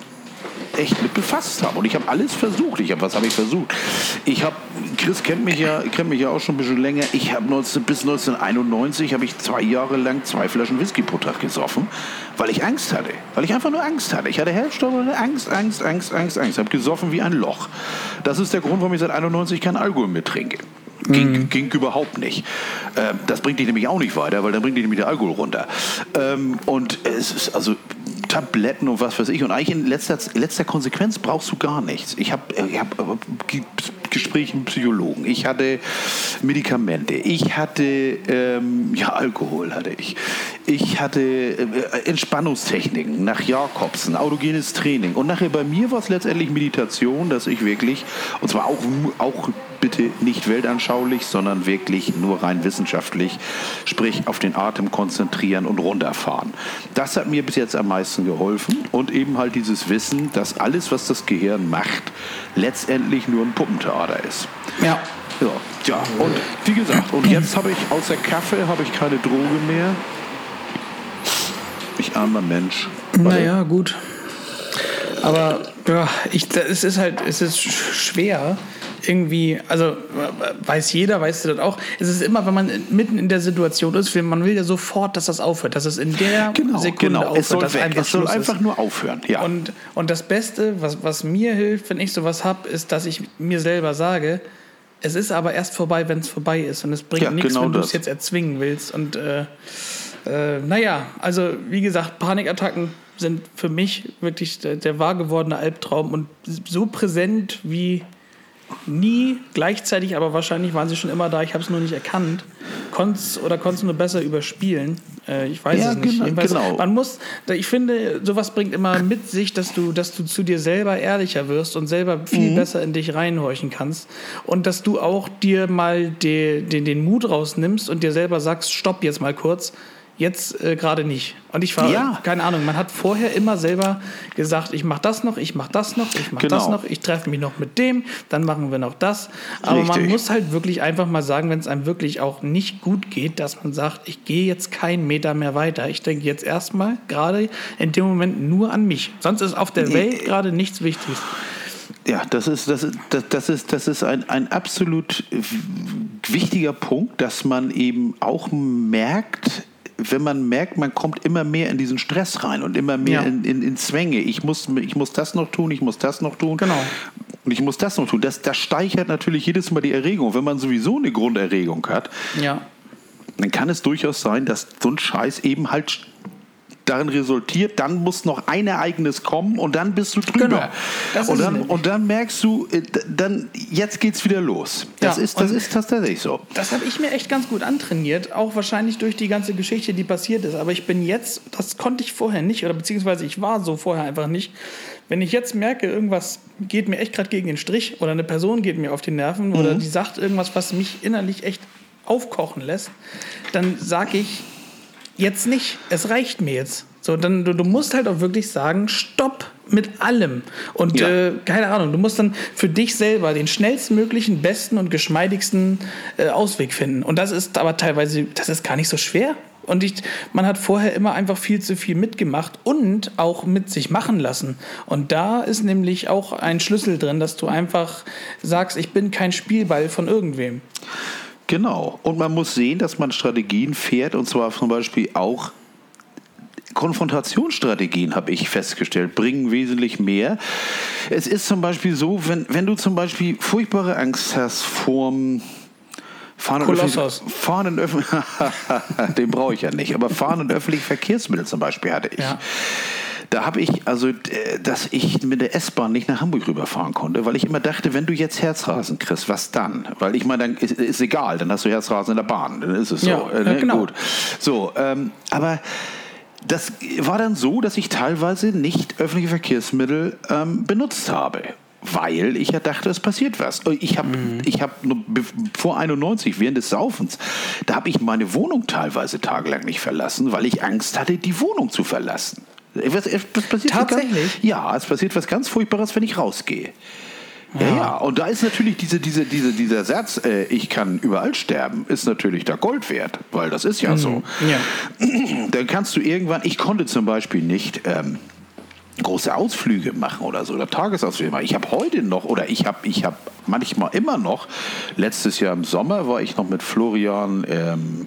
echt mit befasst habe. Und ich habe alles versucht. Ich hab, was habe ich versucht? Ich habe, Chris kennt mich ja, kennt mich ja auch schon ein bisschen länger. Ich habe bis neunzehnhunderteinundneunzig habe ich zwei Jahre lang zwei Flaschen Whisky pro Tag gesoffen, weil ich Angst hatte. Weil ich einfach nur Angst hatte. Ich hatte Herzstau, Angst, Angst, Angst, Angst, Angst. Ich habe gesoffen wie ein Loch. Das ist der Grund, warum ich seit einundneunzig kein Alkohol mehr trinke. Ging, mhm. ging überhaupt nicht. Ähm, das bringt dich nämlich auch nicht weiter, weil dann bringt dich nämlich der Alkohol runter. Ähm, und es ist also Tabletten und was weiß ich. Und eigentlich in letzter, letzter Konsequenz brauchst du gar nichts. Ich habe ich hab Gespräche mit Psychologen. Ich hatte Medikamente. Ich hatte ähm, ja, Alkohol hatte ich. Ich hatte äh, Entspannungstechniken nach Jakobsen, autogenes Training. Und nachher bei mir war es letztendlich Meditation, dass ich wirklich, und zwar auch, auch bitte nicht weltanschaulich, sondern wirklich nur rein wissenschaftlich, sprich auf den Atem konzentrieren und runterfahren. Das hat mir bis jetzt am meisten geholfen und eben halt dieses Wissen, dass alles, was das Gehirn macht, letztendlich nur ein Puppentheater ist. Ja. Ja, ja. Und wie gesagt, und jetzt habe ich außer Kaffee habe ich keine Droge mehr. Ich armer Mensch. Naja, gut. Aber ja, ich, es ist halt, es ist schwer. Irgendwie, also weiß jeder, weißt du das auch. Es ist immer, wenn man mitten in der Situation ist, man will ja sofort, dass das aufhört, dass es in der genau, Sekunde genau. aufhört. Es soll, dass weg. einfach, es soll Schluss einfach ist. nur aufhören. Ja. Und, und das Beste, was, was mir hilft, wenn ich sowas habe, ist, dass ich mir selber sage, es ist aber erst vorbei, wenn es vorbei ist. Und es bringt ja, nichts, genau wenn du es das. jetzt erzwingen willst. Und äh, äh, naja, also wie gesagt, Panikattacken sind für mich wirklich der, der wahr gewordene Albtraum und so präsent wie nie gleichzeitig, aber wahrscheinlich waren sie schon immer da, ich habe es nur nicht erkannt. Konnt's oder konntest du nur besser überspielen? Äh, ich weiß ja, es nicht. Genau, genau. Man muss, ich finde, sowas bringt immer mit sich, dass du, dass du zu dir selber ehrlicher wirst und selber viel mhm. besser in dich reinhorchen kannst. Und dass du auch dir mal de, de, den Mut rausnimmst und dir selber sagst, stopp jetzt mal kurz. Jetzt äh, gerade nicht. Und ich war, ja. keine Ahnung, man hat vorher immer selber gesagt, ich mach das noch, ich mach das noch, ich mach genau. das noch, ich treffe mich noch mit dem, dann machen wir noch das. Aber Richtig. Man muss halt wirklich einfach mal sagen, wenn es einem wirklich auch nicht gut geht, dass man sagt, ich gehe jetzt keinen Meter mehr weiter. Ich denke jetzt erstmal gerade in dem Moment nur an mich. Sonst ist auf der Welt gerade nichts Wichtiges. Ja, das ist, das ist, das ist, das ist ein, ein absolut wichtiger Punkt, dass man eben auch merkt, wenn man merkt, man kommt immer mehr in diesen Stress rein und immer mehr ja. in, in, in Zwänge. Ich muss, ich muss das noch tun, ich muss das noch tun. Genau. Und ich muss das noch tun. Das, das steigert natürlich jedes Mal die Erregung. Wenn man sowieso eine Grunderregung hat, ja. dann kann es durchaus sein, dass so ein Scheiß eben halt darin resultiert, dann muss noch ein Ereignis kommen und dann bist du drüber. Genau. Das und, ist dann, es. und dann merkst du, äh, dann jetzt geht's wieder los. Das, Ja, ist, das und ist tatsächlich so. Das habe ich mir echt ganz gut antrainiert, auch wahrscheinlich durch die ganze Geschichte, die passiert ist. Aber ich bin jetzt, das konnte ich vorher nicht, oder beziehungsweise ich war so vorher einfach nicht. Wenn ich jetzt merke, irgendwas geht mir echt gerade gegen den Strich oder eine Person geht mir auf die Nerven oder Mhm. die sagt irgendwas, was mich innerlich echt aufkochen lässt, dann sage ich jetzt nicht, es reicht mir jetzt. So, dann, du, du musst halt auch wirklich sagen, stopp mit allem. Und Ja. äh, keine Ahnung, du musst dann für dich selber den schnellstmöglichen, besten und geschmeidigsten äh, Ausweg finden. Und das ist aber teilweise, das ist gar nicht so schwer. Und ich, man hat vorher immer einfach viel zu viel mitgemacht und auch mit sich machen lassen. Und da ist nämlich auch ein Schlüssel drin, dass du einfach sagst, ich bin kein Spielball von irgendwem. Genau. Und man muss sehen, dass man Strategien fährt, und zwar zum Beispiel auch Konfrontationsstrategien, habe ich festgestellt, bringen wesentlich mehr. Es ist zum Beispiel so, wenn, wenn du zum Beispiel furchtbare Angst hast vorm Fahren und Kolossos. öffentlich- Fahren und öffentlich- den brauche ich ja nicht, aber Fahren und öffentliche Verkehrsmittel zum Beispiel hatte ich. Ja. Da habe ich, also, äh, dass ich mit der S-Bahn nicht nach Hamburg rüberfahren konnte, weil ich immer dachte, wenn du jetzt Herzrasen kriegst, was dann? Weil ich meine, dann ist, ist egal, dann hast du Herzrasen in der Bahn, dann ist es so. Ja, äh, ja, genau. Gut. So, ähm, aber das war dann so, dass ich teilweise nicht öffentliche Verkehrsmittel ähm, benutzt habe. Weil ich ja dachte, es passiert was. Ich habe mhm. ich hab nur vor einundneunzig, während des Saufens, da habe ich meine Wohnung teilweise tagelang nicht verlassen, weil ich Angst hatte, die Wohnung zu verlassen. Was, was passiert Tatsächlich? Was ganz, ja, es passiert was ganz Furchtbares, wenn ich rausgehe. Ja, Ja. ja, und da ist natürlich diese, diese, diese, dieser Satz, äh, ich kann überall sterben, ist natürlich da Gold wert, weil das ist ja Mhm. so. Ja. Dann kannst du irgendwann, ich konnte zum Beispiel nicht ähm, große Ausflüge machen oder so, oder Tagesausflüge machen. Ich habe heute noch, oder ich habe ich hab manchmal immer noch, letztes Jahr im Sommer war ich noch mit Florian ähm,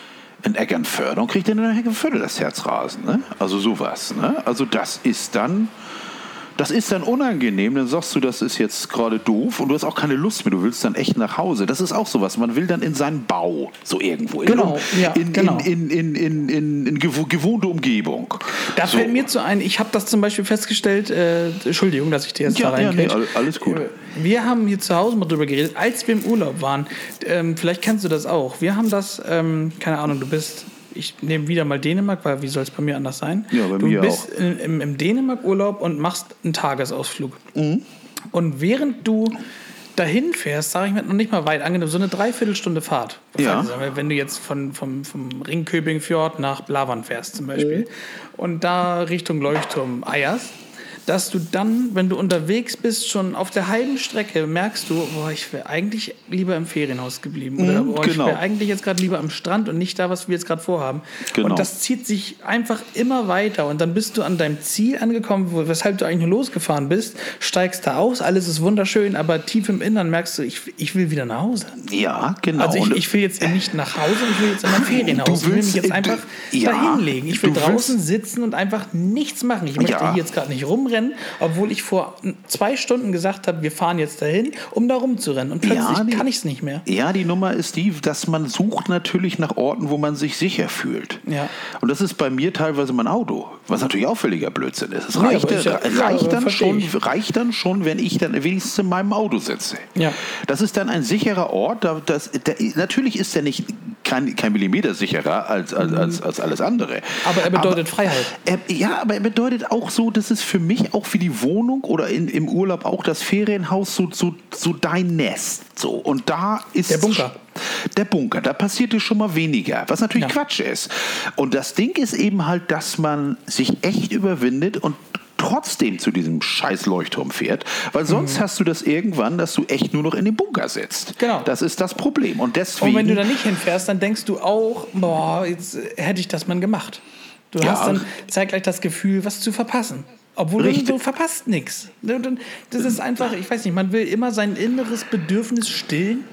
in Eckernförde und kriegte in Eckernförde das Herzrasen. Ne? Also sowas. Ne? Also das ist dann... Das ist dann unangenehm, dann sagst du, das ist jetzt gerade doof und du hast auch keine Lust mehr, du willst dann echt nach Hause. Das ist auch sowas, man will dann in seinen Bau, so irgendwo. In, Genau, ja, in, genau. in, in, in, in, in gewo- gewohnte Umgebung. Da so. fällt mir zu ein, ich habe das zum Beispiel festgestellt, äh, Entschuldigung, dass ich dir jetzt Ja, da ja, nee, reinkriege. alles gut. Wir haben hier zu Hause mal drüber geredet, als wir im Urlaub waren. Ähm, vielleicht kennst du das auch. Wir haben das, ähm, keine Ahnung, du bist, ich nehme wieder mal Dänemark, weil wie soll es bei mir anders sein? Ja, bei du mir bist auch. in, im, im Dänemark-Urlaub und machst einen Tagesausflug. Mhm. Und während du dahin fährst, sage ich mir noch nicht mal weit, angenommen, so eine Dreiviertelstunde Fahrt. Ja. Wenn du jetzt von, vom, vom Ringköbing-Fjord nach Blavern fährst zum Beispiel mhm. und da Richtung Leuchtturm eierst, dass du dann, wenn du unterwegs bist, schon auf der halben Strecke merkst du, boah, ich wäre eigentlich lieber im Ferienhaus geblieben. Oder Mhm, boah, genau. ich wäre eigentlich jetzt gerade lieber am Strand und nicht da, was wir jetzt gerade vorhaben. Genau. Und das zieht sich einfach immer weiter. Und dann bist du an deinem Ziel angekommen, wo, weshalb du eigentlich nur losgefahren bist, steigst da aus, alles ist wunderschön, aber tief im Innern merkst du, ich, ich will wieder nach Hause. Ja, genau. Also ich, Und- ich will jetzt nicht nach Hause, ich will jetzt in mein Ferienhaus. Du ich will willst, mich jetzt äh, einfach du- ja, dahinlegen. Ich will du draußen willst- sitzen und einfach nichts machen. Ich möchte Ja. hier jetzt gerade nicht rumrennen, obwohl ich vor zwei Stunden gesagt habe, wir fahren jetzt dahin, um da rumzurennen. Und plötzlich Ja, die- kann ich es nicht mehr. Ja, die Nummer ist die, dass man sucht natürlich nach Orten, wo man sich sicher fühlt. Ja. Und das ist bei mir teilweise mein Auto, was natürlich auch völliger Blödsinn ist. Es Nee, reicht, aber ich- ja, reicht, ja, dann versteh schon, ich. reicht dann schon, wenn ich dann wenigstens in meinem Auto sitze. Ja. Das ist dann ein sicherer Ort. Da, das, der, natürlich ist der nicht kein, kein Millimeter sicherer als, als, als, als alles andere. Aber er bedeutet Freiheit. Er, ja, aber er bedeutet auch so, dass es für mich auch wie die Wohnung oder in, im Urlaub auch das Ferienhaus so, so, so dein Nest. So. Und da ist Der Bunker. Der Bunker, da passierte schon mal weniger, was natürlich Ja. Quatsch ist. Und das Ding ist eben halt, dass man sich echt überwindet und trotzdem zu diesem scheiß Leuchtturm fährt, weil sonst hast du das irgendwann, dass du echt nur noch in dem Bunker sitzt. Genau. Das ist das Problem. Und deswegen... Und wenn du da nicht hinfährst, dann denkst du auch, boah, jetzt hätte ich das mal gemacht. Du Ja. hast dann zeitgleich das Gefühl, was zu verpassen. Obwohl Richtig. du, du verpasst nichts. Das ist einfach, ich weiß nicht, man will immer sein inneres Bedürfnis stillen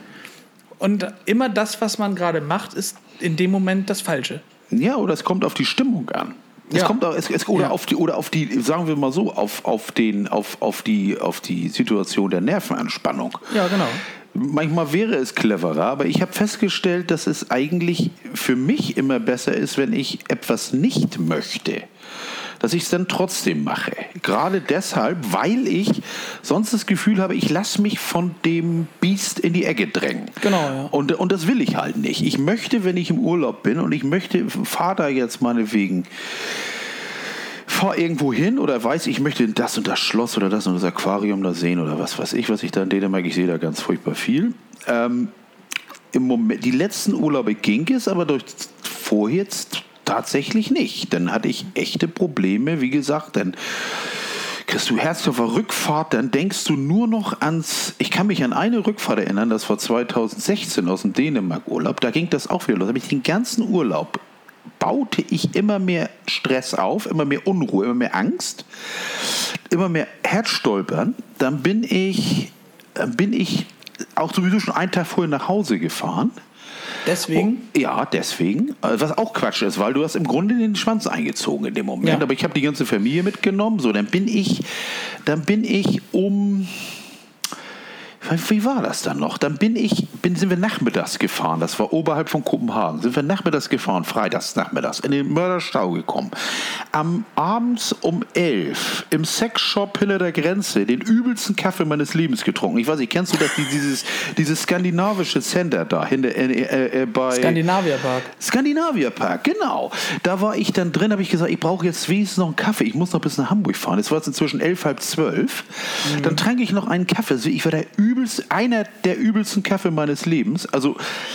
und immer das, was man gerade macht, ist in dem Moment das Falsche. Ja, oder es kommt auf die Stimmung an. Es Ja. kommt auf, es, es, oder, Ja. auf die, oder auf die, sagen wir mal so, auf, auf, den, auf, auf, die, auf die Situation der Nervenanspannung. Ja, genau. manchmal wäre es cleverer, aber ich habe festgestellt, dass es eigentlich für mich immer besser ist, wenn ich etwas nicht möchte, dass ich es dann trotzdem mache. Gerade deshalb, weil ich sonst das Gefühl habe, ich lasse mich von dem Biest in die Ecke drängen. Genau, ja. Und, und das will ich halt nicht. Ich möchte, wenn ich im Urlaub bin und ich möchte, fahr da jetzt meinetwegen, fahr irgendwo hin oder weiß, ich möchte das und das Schloss oder das und das Aquarium da sehen oder was weiß ich, was ich da in Dänemark, ich sehe da ganz furchtbar viel. Ähm, im Moment, die letzten Urlaube ging es, aber durch vorher jetzt tatsächlich nicht. Dann hatte ich echte Probleme, wie gesagt, dann kriegst du Herzklopfer Rückfahrt, dann denkst du nur noch ans, ich kann mich an eine Rückfahrt erinnern, das war zwanzig sechzehn aus dem Dänemark-Urlaub, da ging das auch wieder los, da habe ich den ganzen Urlaub baute ich immer mehr Stress auf, immer mehr Unruhe, immer mehr Angst, immer mehr Herzstolpern. Dann bin ich, bin ich auch sowieso schon einen Tag vorher nach Hause gefahren. Deswegen? Oh, ja, deswegen. Was auch Quatsch ist, weil du hast im Grunde den Schwanz eingezogen in dem Moment. Ja. Aber ich habe die ganze Familie mitgenommen. So, dann bin ich, dann bin ich um... Wie war das dann noch? Dann bin ich, bin, sind wir nachmittags gefahren, das war oberhalb von Kopenhagen, sind wir nachmittags gefahren, freitags nachmittags, in den Mörderstau gekommen. Am abends um elf im Sexshop hinter der Grenze den übelsten Kaffee meines Lebens getrunken. Ich weiß nicht, kennst du das, dieses, dieses skandinavische Center da hinter, äh, äh, bei... Skandinavia Park. Skandinavia Park, genau. Da war ich dann drin, habe ich gesagt, ich brauche jetzt wenigstens noch einen Kaffee, ich muss noch bis nach Hamburg fahren. Es war jetzt inzwischen elf, halb zwölf. Mhm. Dann trank ich noch einen Kaffee. Ich war der übelste einer der übelsten Kaffee meines Lebens. Also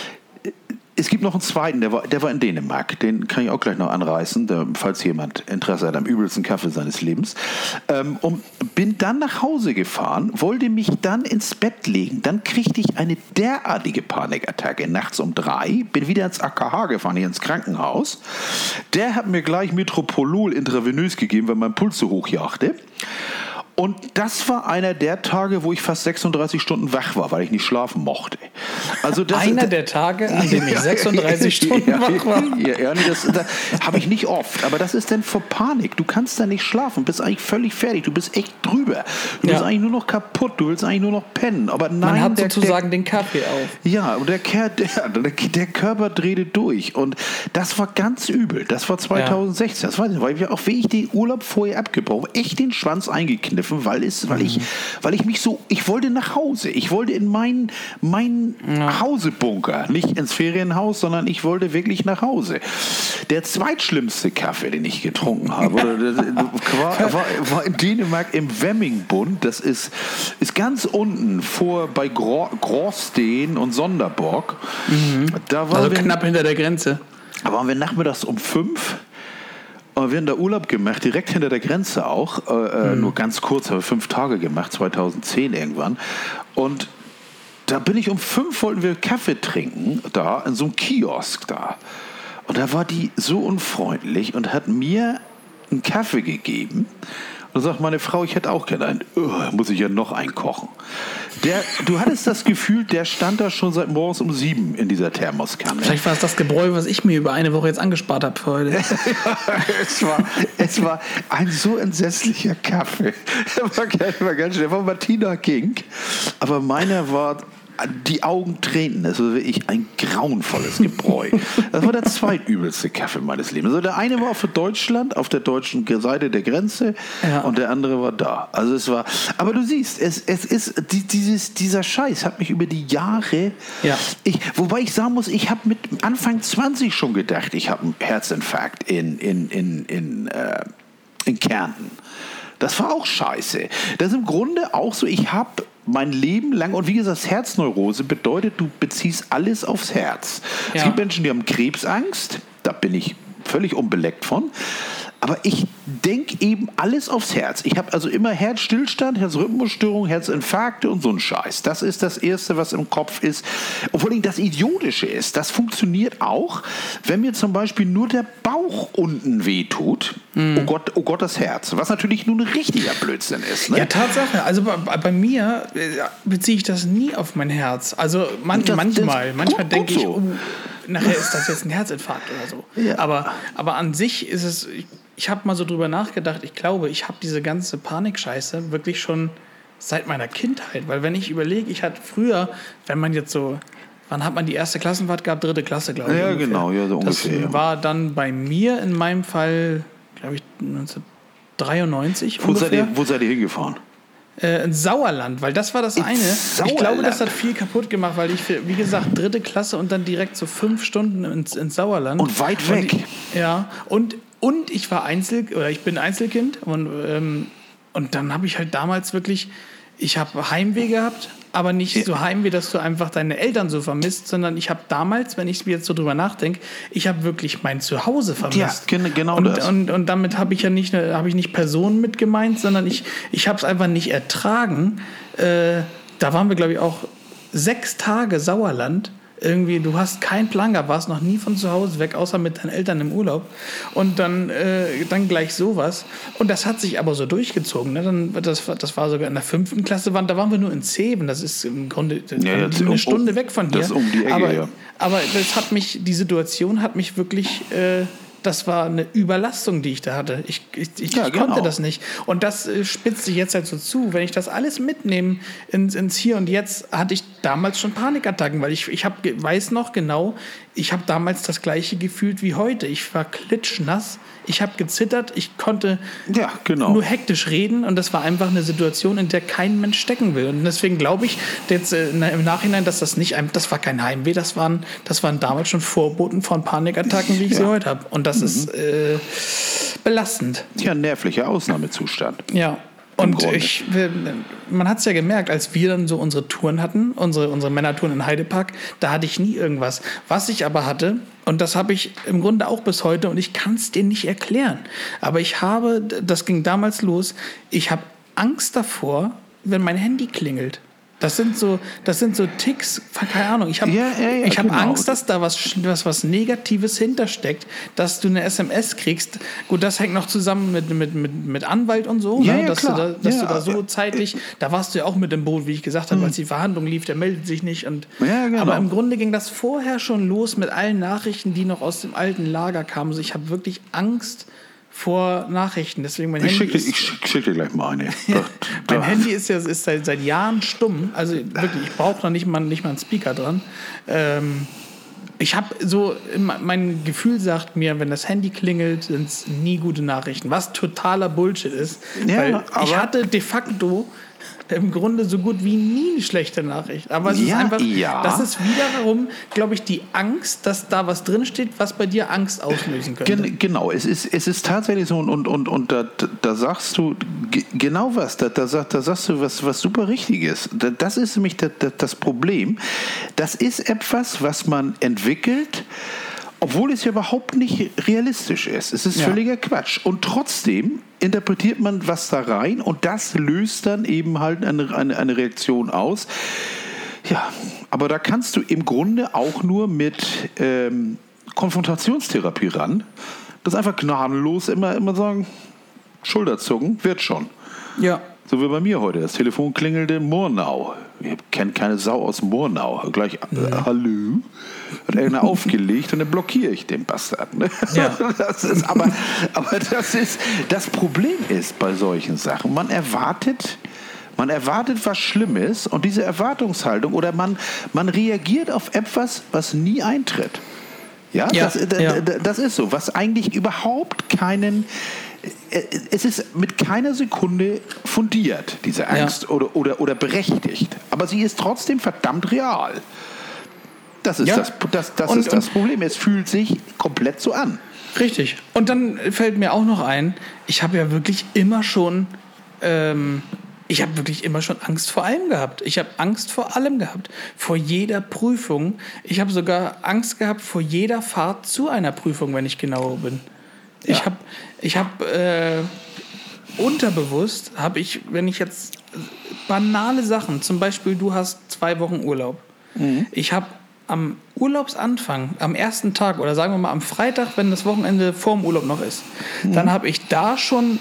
es gibt noch einen zweiten, der war, der war in Dänemark. Den kann ich auch gleich noch anreißen, der, falls jemand Interesse hat am übelsten Kaffee seines Lebens. Ähm, und bin dann nach Hause gefahren, wollte mich dann ins Bett legen. Dann kriegte ich eine derartige Panikattacke nachts um drei. Bin wieder ins A K H gefahren, hier ins Krankenhaus. Der hat mir gleich Metropolol intravenös gegeben, weil mein Puls so hoch jagte. Und das war einer der Tage, wo ich fast sechsunddreißig Stunden wach war, weil ich nicht schlafen mochte. Also das, einer der Tage, an dem ich sechsunddreißig Stunden ja, wach war? Ja, ja, nee, das, das habe ich nicht oft. Aber das ist dann vor Panik. Du kannst da nicht schlafen, bist eigentlich völlig fertig. Du bist echt drüber. Du ja. bist eigentlich nur noch kaputt. Du willst eigentlich nur noch pennen. Aber nein, man hat der, sozusagen der, den Kaffee auf. Ja, und der, der, der, der Körper drehte durch. Und das war ganz übel. Das war zwanzig sechzehn. Ja. Das weiß ich, weil ich auch wie ich den Urlaub vorher abgebrochen, echt den Schwanz eingekniffen. Weil, es, weil, ich, weil ich mich so, ich wollte nach Hause. Ich wollte in meinen mein ja. Hausebunker. Nicht ins Ferienhaus, sondern ich wollte wirklich nach Hause. Der zweitschlimmste Kaffee, den ich getrunken habe, war, war, war in Dänemark im Vemmingbund. Das ist, ist ganz unten vor bei Gråsten und Sonderborg. Mhm. Da waren also wir, knapp hinter der Grenze. Da waren wir nachmittags um fünf. Wir haben da Urlaub gemacht, direkt hinter der Grenze auch. Äh, mhm. Nur ganz kurz, haben wir fünf Tage gemacht, zweitausendzehn irgendwann. Und da bin ich um fünf, wollten wir Kaffee trinken, da in so einem Kiosk da. Und da war die so unfreundlich und hat mir einen Kaffee gegeben. Und sagt meine Frau, ich hätte auch gerne einen. Oh, muss ich ja noch einkochen. Der, du hattest das Gefühl, der stand da schon seit morgens um sieben in dieser Thermoskanne. Vielleicht war es das Gebräu, was ich mir über eine Woche jetzt angespart habe für heute. es, war, es war ein so entsetzlicher Kaffee. Der war, war ganz schnell. Der war Martina King. Aber meiner war... Die Augen tränten, das war wirklich ein grauenvolles Gebräu. Das war der zweitübelste Kaffee meines Lebens. Also der eine war für Deutschland, auf der deutschen Seite der Grenze, ja. Und der andere war da. Also es war, aber du siehst, es, es ist, dieses, dieser Scheiß hat mich über die Jahre, ja. ich, wobei ich sagen muss, ich habe mit Anfang zwanzig schon gedacht, ich habe einen Herzinfarkt in, in, in, in, äh, in Kärnten. Das war auch scheiße. Das ist im Grunde auch so, ich habe mein Leben lang, und wie gesagt, Herzneurose bedeutet, du beziehst alles aufs Herz. Ja. Es gibt Menschen, die haben Krebsangst, da bin ich völlig unbeleckt von. Aber ich denke eben alles aufs Herz. Ich habe also immer Herzstillstand, Herzrhythmusstörung, Herzinfarkte und so ein Scheiß. Das ist das Erste, was im Kopf ist. Und vor allem das Idiotische ist, das funktioniert auch, wenn mir zum Beispiel nur der Bauch unten wehtut. Mm. Oh Gott, oh Gott, das Herz. Was natürlich nur ein richtiger Blödsinn ist. Ne? Ja, Tatsache. Also bei, bei mir beziehe ich das nie auf mein Herz. Also man, das, manchmal, das manchmal denke ich, so. oh, nachher ist das jetzt ein Herzinfarkt oder so. Ja. Aber, aber an sich ist es... Ich, Ich habe mal so drüber nachgedacht, ich glaube, ich habe diese ganze Panikscheiße wirklich schon seit meiner Kindheit. Weil wenn ich überlege, ich hatte früher, wenn man jetzt so, wann hat man die erste Klassenfahrt gehabt? Dritte Klasse, glaube ich. Ja, ungefähr. genau, ja, so das ungefähr. Das war dann bei mir in meinem Fall, glaube ich, neunzehnhundertdreiundneunzig Wo seid, ungefähr. ihr, wo seid ihr hingefahren? Äh, ins Sauerland, weil das war das eine. Sauerland. Ich glaube, das hat viel kaputt gemacht, weil ich, wie gesagt, dritte Klasse und dann direkt so fünf Stunden ins, ins Sauerland. Und weit weg. Und, ja, und, und ich war Einzel, oder ich bin Einzelkind und, ähm, und dann habe ich halt damals wirklich, ich habe Heimweh gehabt, aber nicht so Heimweh, dass du einfach deine Eltern so vermisst, sondern ich habe damals, wenn ich jetzt so drüber nachdenke, ich habe wirklich mein Zuhause vermisst. Ja, genau und, das. Und, und damit habe ich ja nicht, habe ich nicht Personen mit gemeint, sondern ich, ich habe es einfach nicht ertragen. Äh, da waren wir, glaube ich, auch sechs Tage Sauerland. Irgendwie, du hast keinen Plan gehabt, warst noch nie von zu Hause weg, außer mit deinen Eltern im Urlaub. Und dann, äh, dann gleich sowas. Und das hat sich aber so durchgezogen. Ne? Dann, das, das war sogar in der fünften Klasse, da waren wir nur in Zeven. Das ist im Grunde ja, eine um, Stunde weg von hier. Das ist um die Ecke, aber, ja. aber das hat mich, die Situation hat mich wirklich... Äh, das war eine Überlastung, die ich da hatte. Ich, ich, ich, ja, ich konnte genau. das nicht. Und das äh, spitzt sich jetzt halt so zu. Wenn ich das alles mitnehme ins, ins Hier und Jetzt, hatte ich damals schon Panikattacken, weil ich, ich hab, weiß noch genau, ich habe damals das Gleiche gefühlt wie heute. Ich war klitschnass, ich habe gezittert, ich konnte ja, genau. nur hektisch reden und das war einfach eine Situation, in der kein Mensch stecken will. Und deswegen glaube ich jetzt äh, im Nachhinein, dass das nicht, ein, das war kein Heimweh, das waren, das waren damals schon Vorboten von Panikattacken, wie ich ja. sie heute habe. Und das mhm. ist äh, belastend. Ja, ein nervlicher Ausnahmezustand. Ja. Und ich, man hat es ja gemerkt, als wir dann so unsere Touren hatten, unsere, unsere Männertouren in Heidepark, da hatte ich nie irgendwas. Was ich aber hatte, und das habe ich im Grunde auch bis heute, und ich kann es dir nicht erklären, aber ich habe, das ging damals los, ich habe Angst davor, wenn mein Handy klingelt. Das sind so, das sind so Ticks, keine Ahnung. Ich habe ja, ja, ja, ich hab genau. Angst, dass da was, was, was Negatives hintersteckt, dass du eine S M S kriegst. Gut, das hängt noch zusammen mit, mit, mit, mit Anwalt und so, ja, ne? ja, dass, klar. du da, dass ja, du da so zeitlich, da warst du ja auch mit im Boot, wie ich gesagt habe, mhm. als die Verhandlung lief, der meldet sich nicht. Und, ja, genau. Aber im Grunde ging das vorher schon los mit allen Nachrichten, die noch aus dem alten Lager kamen. Also ich habe wirklich Angst vor Nachrichten. Deswegen mein ich Handy schicke ich schick, schick dir gleich mal eine. Ja, mein Handy ist ja ist seit, seit Jahren stumm. Also wirklich, ich brauche da nicht mal, nicht mal einen Speaker dran. Ähm, ich habe so, mein Gefühl sagt mir, wenn das Handy klingelt, sind es nie gute Nachrichten. Was totaler Bullshit ist. Ja, weil aber ich hatte de facto im Grunde so gut wie nie eine schlechte Nachricht. Aber es ja, ist einfach, ja. das ist wiederum, glaube ich, die Angst, dass da was drinsteht, was bei dir Angst auslösen könnte. Gen- genau, es ist, es ist tatsächlich so, und, und, und, und da, da sagst du g- genau was, da, da, sag, da sagst du was, was super Richtiges. Da, das ist nämlich das, das Problem. Das ist etwas, was man entwickelt, obwohl es ja überhaupt nicht realistisch ist. Es ist ja. völliger Quatsch. Und trotzdem interpretiert man was da rein und das löst dann eben halt eine, eine, eine Reaktion aus. Ja, aber da kannst du im Grunde auch nur mit ähm, Konfrontationstherapie ran. Das ist einfach gnadenlos immer, immer sagen, Schulterzucken, wird schon. Ja. So wie bei mir heute. Das Telefon klingelte Murnau. Ich kenne keine Sau aus Murnau. Gleich, äh, hallo? Hat einer aufgelegt und dann blockiere ich den Bastard. Ne? Ja. Das ist, aber aber das, ist, das Problem ist bei solchen Sachen, man erwartet, man erwartet was Schlimmes und diese Erwartungshaltung oder man, man reagiert auf etwas, was nie eintritt. Ja, ja, das, d- ja. d- das ist so, was eigentlich überhaupt keinen, es ist mit keiner Sekunde fundiert, diese Angst, Ja. oder, oder, oder berechtigt. Aber sie ist trotzdem verdammt real. Das ist, Ja. das, das, das, Und- ist das Problem. Es fühlt sich komplett so an. Richtig. Und dann fällt mir auch noch ein, ich habe ja wirklich immer schon, ähm, ich habe wirklich immer schon Angst vor allem gehabt. Ich habe Angst vor allem gehabt. Vor jeder Prüfung. Ich habe sogar Angst gehabt vor jeder Fahrt zu einer Prüfung, wenn ich genauer bin. Ja. Ich habe, ich habe äh, unterbewusst, habe ich, wenn ich jetzt banale Sachen, zum Beispiel du hast zwei Wochen Urlaub. Mhm. Ich habe am Urlaubsanfang, am ersten Tag oder sagen wir mal am Freitag, wenn das Wochenende vor dem Urlaub noch ist, mhm. dann habe ich da schon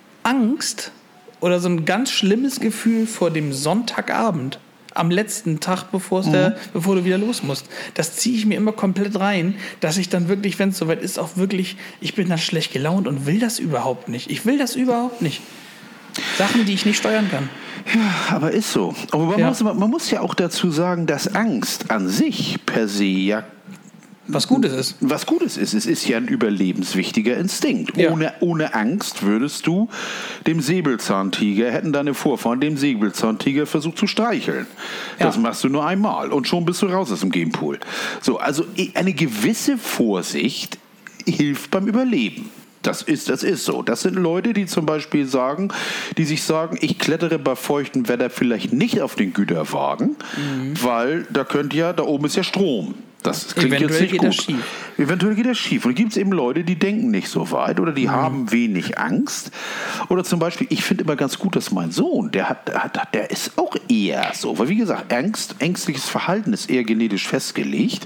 Angst oder so ein ganz schlimmes Gefühl vor dem Sonntagabend, am letzten Tag, bevor's mhm. der, bevor du wieder los musst. Das ziehe ich mir immer komplett rein, dass ich dann wirklich, wenn es soweit ist, auch wirklich, ich bin dann schlecht gelaunt und will das überhaupt nicht. Ich will das überhaupt nicht. Sachen, die ich nicht steuern kann. Ja, aber ist so. Aber man, ja. Muss, man muss ja auch dazu sagen, dass Angst an sich per se ja was Gutes ist. Was Gutes ist. Es ist ja ein überlebenswichtiger Instinkt. Ja. Ohne, ohne Angst würdest du dem Säbelzahntiger, hätten deine Vorfahren dem Säbelzahntiger versucht zu streicheln. Ja. Das machst du nur einmal und schon bist du raus aus dem Gamepool. So, also eine gewisse Vorsicht hilft beim Überleben. Das ist, das ist so. Das sind Leute, die zum Beispiel sagen, die sich sagen, ich klettere bei feuchtem Wetter vielleicht nicht auf den Güterwagen, mhm. weil da könnte ja, da oben ist ja Strom. Das klingt Eventuell jetzt nicht gut. Schief. Eventuell geht das schief. Und da gibt es eben Leute, die denken nicht so weit oder die mhm. haben wenig Angst. Oder zum Beispiel, ich finde immer ganz gut, dass mein Sohn, der hat, hat, der ist auch eher so. Weil wie gesagt, Angst, ängstliches Verhalten ist eher genetisch festgelegt.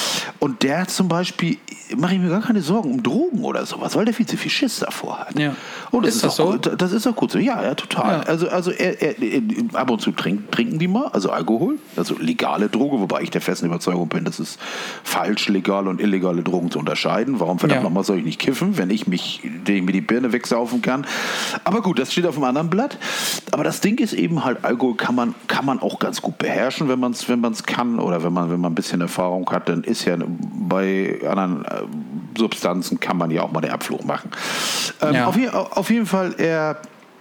Und der hat zum Beispiel, mache ich mir gar keine Sorgen um Drogen oder sowas, weil der viel zu viel Schiss davor hat. Ja. Und das ist, ist das auch, so? Das ist auch gut so. Ja, ja, total. Ja. Also, also er, er, er, ab und zu trinken, trinken die mal, also Alkohol, also legale Droge, wobei ich der festen Überzeugung bin, dass es falsch, legale und illegale Drogen zu unterscheiden. Warum verdammt ja. nochmal soll ich nicht kiffen, wenn ich mich, wenn ich mir die Birne wegsaufen kann? Aber gut, das steht auf einem anderen Blatt. Aber das Ding ist eben halt, Alkohol kann man, kann man auch ganz gut beherrschen, wenn man es wenn man's kann oder wenn man, wenn man ein bisschen Erfahrung hat, dann ist ja bei anderen äh, Substanzen kann man ja auch mal den Abflug machen. Ähm, ja. auf, je, auf jeden Fall, er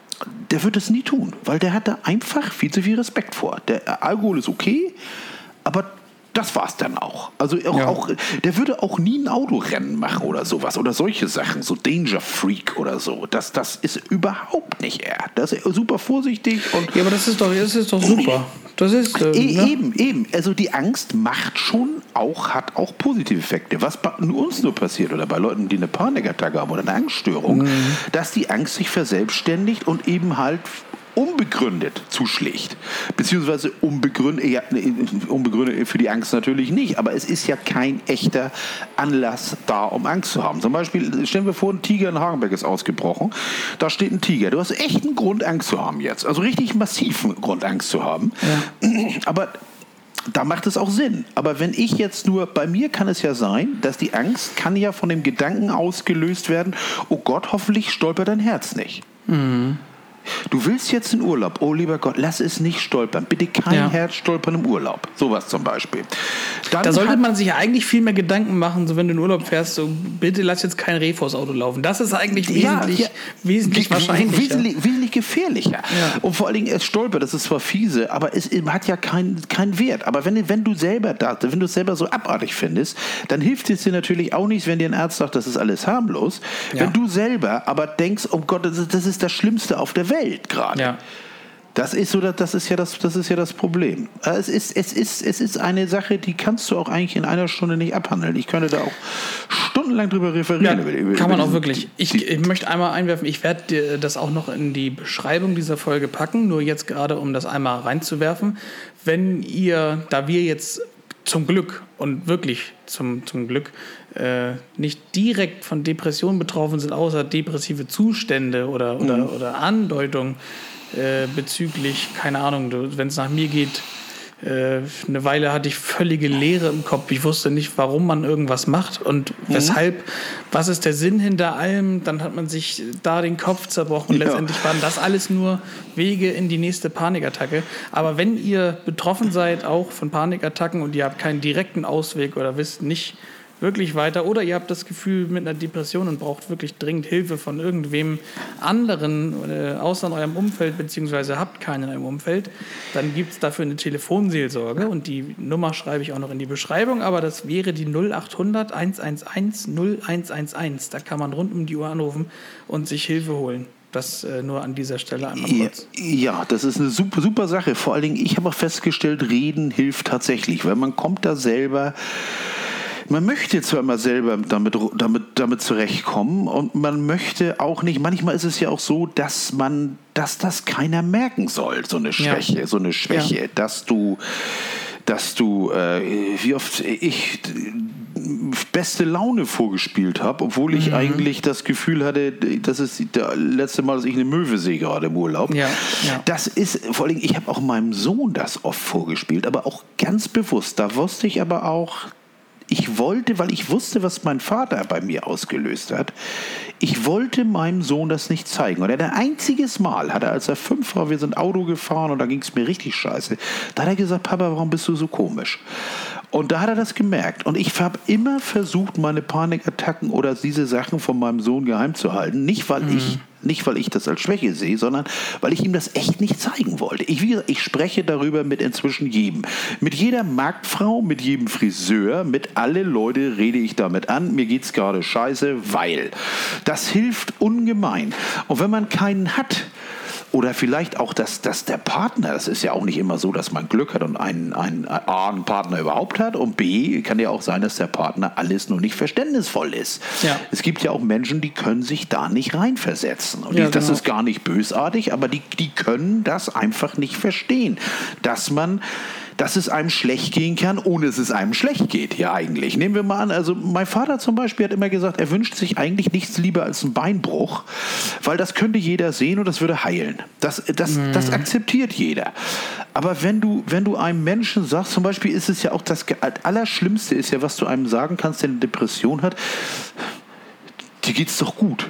der wird es nie tun, weil der hat da einfach viel zu viel Respekt vor. Der Alkohol ist okay, aber das war's dann auch. Also auch, ja. auch, der würde auch nie ein Autorennen machen oder sowas oder solche Sachen, so Danger Freak oder so. Das, das ist überhaupt nicht er. Das ist super vorsichtig. Und ja, aber das ist doch, das ist doch super. Das ist ähm, e- ne? eben, eben. Also die Angst macht schon auch, hat auch positive Effekte. Was bei uns nur passiert oder bei Leuten, die eine Panikattacke haben oder eine Angststörung, mhm. dass die Angst sich verselbstständigt und eben halt unbegründet zuschlägt. Beziehungsweise unbegründet, ja, unbegründet für die Angst natürlich nicht, aber es ist ja kein echter Anlass da, um Angst zu haben. Zum Beispiel, stellen wir vor, ein Tiger in Hagenbeck ist ausgebrochen. Da steht ein Tiger. Du hast echt einen Grund, Angst zu haben jetzt. Also richtig massiven Grund, Angst zu haben. Ja. Aber da macht es auch Sinn. Aber wenn ich jetzt nur, bei mir kann es ja sein, dass die Angst kann ja von dem Gedanken ausgelöst werden, oh Gott, hoffentlich stolpert dein Herz nicht. Mhm. Du willst jetzt in Urlaub, oh lieber Gott, lass es nicht stolpern. Bitte kein ja. Herz stolpern im Urlaub. Sowas zum Beispiel. Dann da sollte man sich ja eigentlich viel mehr Gedanken machen, so wenn du in Urlaub fährst, so bitte lass jetzt kein Reh vors Auto laufen. Das ist eigentlich wesentlich, ja, ja, wesentlich wahrscheinlicher. Wesentlich, wesentlich gefährlicher. Ja. Und vor allen Dingen, es stolpert, das ist zwar fiese, aber es hat ja keinen kein Wert. Aber wenn, wenn du selber da, wenn du es selber so abartig findest, dann hilft es dir natürlich auch nicht, wenn dir ein Arzt sagt, das ist alles harmlos. Ja. Wenn du selber aber denkst, oh Gott, das ist das, ist das Schlimmste auf der Welt. Welt gerade. Ja. Das ist so, das ist ja das, das ist ja das Problem. Es ist, es ist, es ist eine Sache, die kannst du auch eigentlich in einer Stunde nicht abhandeln. Ich könnte da auch stundenlang drüber referieren. Ja, über, kann man auch wirklich. Ich, ich möchte einmal einwerfen, ich werde das auch noch in die Beschreibung dieser Folge packen, nur jetzt gerade, um das einmal reinzuwerfen. Wenn ihr, da wir jetzt zum Glück und wirklich zum, zum Glück äh, nicht direkt von Depressionen betroffen sind, außer depressive Zustände oder, oder, mhm. oder Andeutungen äh, bezüglich, keine Ahnung, wenn es nach mir geht, äh, eine Weile hatte ich völlige Leere im Kopf. Ich wusste nicht, warum man irgendwas macht und mhm. weshalb, was ist der Sinn hinter allem. Dann hat man sich da den Kopf zerbrochen. Ja. Letztendlich waren das alles nur Wege in die nächste Panikattacke. Aber wenn ihr betroffen seid, auch von Panikattacken und ihr habt keinen direkten Ausweg oder wisst nicht wirklich weiter oder ihr habt das Gefühl mit einer Depression und braucht wirklich dringend Hilfe von irgendwem anderen äh, außer in eurem Umfeld, beziehungsweise habt keinen in eurem Umfeld, dann gibt es dafür eine Telefonseelsorge und die Nummer schreibe ich auch noch in die Beschreibung, aber das wäre die null acht hundert eins eins eins null eins eins eins. Da kann man rund um die Uhr anrufen und sich Hilfe holen. Das äh, nur an dieser Stelle einmal kurz. Ja, das ist eine super, super Sache. Vor allen Dingen, ich habe auch festgestellt, Reden hilft tatsächlich, weil man kommt da selber. Man möchte zwar immer selber damit, damit, damit zurechtkommen und man möchte auch nicht, manchmal ist es ja auch so, dass man, dass das keiner merken soll, so eine Schwäche, ja. so eine Schwäche, ja. dass du, dass du, äh, wie oft ich beste Laune vorgespielt habe, obwohl ich mhm. eigentlich das Gefühl hatte, das ist das letzte Mal, dass ich eine Möwe sehe gerade im Urlaub. Ja, ja. Das ist, vor allem, ich habe auch meinem Sohn das oft vorgespielt, aber auch ganz bewusst, da wusste ich aber auch, ich wollte, weil ich wusste, was mein Vater bei mir ausgelöst hat, ich wollte meinem Sohn das nicht zeigen. Und er ein einziges Mal hat er, als er fünf war, wir sind Auto gefahren und da ging es mir richtig scheiße, da hat er gesagt, Papa, warum bist du so komisch? Und da hat er das gemerkt. Und ich habe immer versucht, meine Panikattacken oder diese Sachen von meinem Sohn geheim zu halten. Nicht, weil mhm. ich Nicht, weil ich das als Schwäche sehe, sondern weil ich ihm das echt nicht zeigen wollte. Ich, wie gesagt, ich spreche darüber mit inzwischen jedem. Mit jeder Marktfrau, mit jedem Friseur, mit alle Leute rede ich damit an. Mir geht's gerade scheiße, weil. Das hilft ungemein. Und wenn man keinen hat, oder vielleicht auch, dass, dass der Partner, das ist ja auch nicht immer so, dass man Glück hat und einen, einen, A, einen Partner überhaupt hat und B, kann ja auch sein, dass der Partner alles nur nicht verständnisvoll ist. Ja. Es gibt ja auch Menschen, die können sich da nicht reinversetzen. Und ja, die, das genau. ist gar nicht bösartig, aber die, die können das einfach nicht verstehen, dass man dass es einem schlecht gehen kann, ohne dass es einem schlecht geht, ja eigentlich. Nehmen wir mal an, also mein Vater zum Beispiel hat immer gesagt, er wünscht sich eigentlich nichts lieber als einen Beinbruch, weil das könnte jeder sehen und das würde heilen. Das, das, mhm. das akzeptiert jeder. Aber wenn du, wenn du einem Menschen sagst, zum Beispiel ist es ja auch das Allerschlimmste ist ja, was du einem sagen kannst, der eine Depression hat, dir geht's doch gut.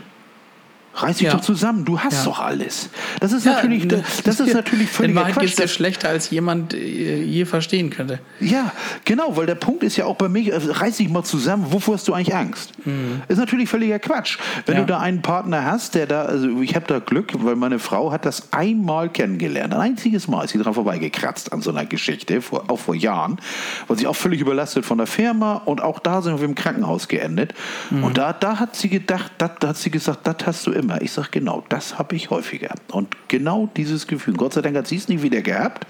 Reiß dich ja. doch zusammen, du hast ja. doch alles. Das ist ja, natürlich, das, das ist natürlich völlig Quatsch. In Wahrheit geht es dir schlechter, als jemand je verstehen könnte. Ja, genau, weil der Punkt ist ja auch bei mir, reiß dich mal zusammen, wovor hast du eigentlich Angst? Mhm. Ist natürlich völliger Quatsch. Wenn ja. du da einen Partner hast, der da, also ich habe da Glück, weil meine Frau hat das einmal kennengelernt, ein einziges Mal ist sie dran vorbeigekratzt an so einer Geschichte, vor, auch vor Jahren, weil sie auch völlig überlastet von der Firma und auch da sind wir im Krankenhaus geendet. Mhm. Und da, da hat sie gedacht, da, da hat sie gesagt, das hast du immer. Ich sage, genau, das habe ich häufiger. Und genau dieses Gefühl. Gott sei Dank hat sie es nie wieder gehabt.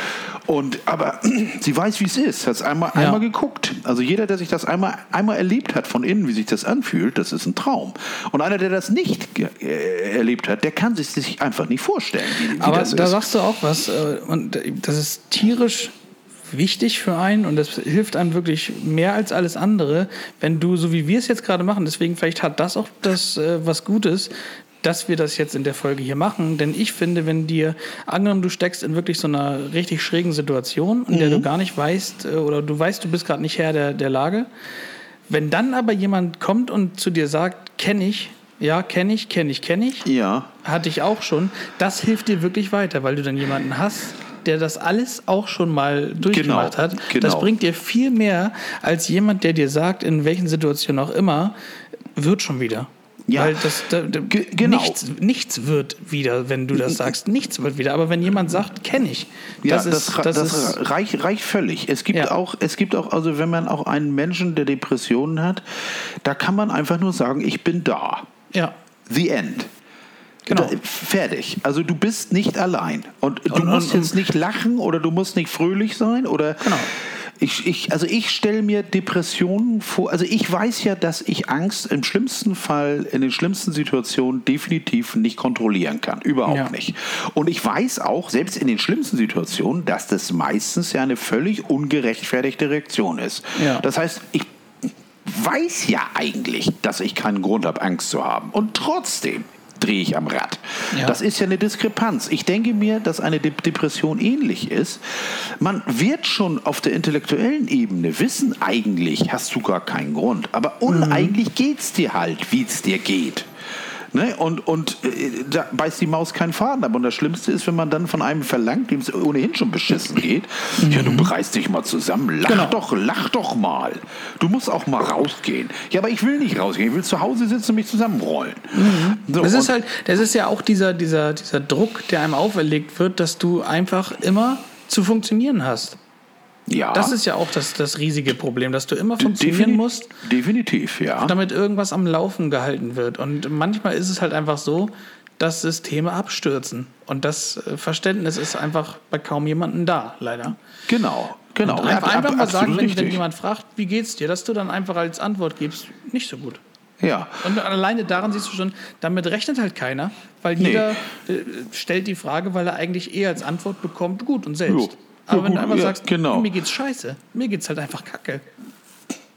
Und, aber sie weiß, wie es ist. Hat es einmal, ja. einmal geguckt. Also jeder, der sich das einmal, einmal erlebt hat von innen, wie sich das anfühlt, das ist ein Traum. Und einer, der das nicht ge- äh, erlebt hat, der kann sich sich einfach nicht vorstellen, wie, wie aber das da ist. sagst du auch was. Und das ist tierisch wichtig für einen und das hilft einem wirklich mehr als alles andere, wenn du, so wie wir es jetzt gerade machen, deswegen vielleicht hat das auch das äh, was Gutes, dass wir das jetzt in der Folge hier machen, denn ich finde, wenn dir, angenommen du steckst in wirklich so einer richtig schrägen Situation, in der mhm. du gar nicht weißt, äh, oder du weißt, du bist gerade nicht Herr der, der Lage, wenn dann aber jemand kommt und zu dir sagt, kenne ich, ja, kenne ich, kenne ich, kenne ich, ja. hatte ich auch schon, das hilft dir wirklich weiter, weil du dann jemanden hast, der das alles auch schon mal durchgemacht genau, hat. Genau. Das bringt dir viel mehr als jemand, der dir sagt, in welchen Situationen auch immer, wird schon wieder. Ja, weil das, da, da, G- genau. nichts, nichts wird wieder, wenn du das sagst. Nichts wird wieder. Aber wenn jemand sagt, kenne ich, das, ja, ist, das, das, das ist reicht, reicht völlig. Es gibt ja. auch, es gibt auch, also wenn man auch einen Menschen, der Depressionen hat, da kann man einfach nur sagen, ich bin da. Ja. The end. Genau. Da, fertig. Also du bist nicht allein. Und du und, musst und, jetzt nicht lachen oder du musst nicht fröhlich sein oder... Genau. Ich, ich, also ich stelle mir Depressionen vor, also ich weiß ja, dass ich Angst im schlimmsten Fall, in den schlimmsten Situationen definitiv nicht kontrollieren kann. Überhaupt ja. nicht. Und ich weiß auch, selbst in den schlimmsten Situationen, dass das meistens ja eine völlig ungerechtfertigte Reaktion ist. Ja. Das heißt, ich weiß ja eigentlich, dass ich keinen Grund habe, Angst zu haben. Und trotzdem drehe ich am Rad. Ja. Das ist ja eine Diskrepanz. Ich denke mir, dass eine De- Depression ähnlich ist. Man wird schon auf der intellektuellen Ebene wissen, eigentlich hast du gar keinen Grund. Aber uneigentlich mhm. geht es dir halt, wie es dir geht. Ne? Und, und äh, da beißt die Maus keinen Faden ab. Und das Schlimmste ist, wenn man dann von einem verlangt, dem es ohnehin schon beschissen geht, mhm. ja, du reiß dich mal zusammen, lach genau. doch, lach doch mal. Du musst auch mal rausgehen. Ja, aber ich will nicht rausgehen, ich will zu Hause sitzen und mich zusammenrollen. Mhm. So, das ist halt, das ist ja auch dieser, dieser, dieser Druck, der einem auferlegt wird, dass du einfach immer zu funktionieren hast. Ja. Das ist ja auch das, das riesige Problem, dass du immer funktionieren Defini- musst. Definitiv, ja. Damit irgendwas am Laufen gehalten wird. Und manchmal ist es halt einfach so, dass Systeme abstürzen. Und das Verständnis ist einfach bei kaum jemandem da, leider. Genau, genau. Und einfach, einfach ab, mal sagen, wenn, richtig. wenn jemand fragt, wie geht's dir, dass du dann einfach als Antwort gibst, nicht so gut. Ja. Und alleine daran siehst du schon, damit rechnet halt keiner, weil nee. jeder äh, stellt die Frage, weil er eigentlich eher als Antwort bekommt, gut und selbst. Jo. Aber ja, wenn gut, du einfach ja, sagst, genau. mir geht's scheiße, mir geht's halt einfach kacke.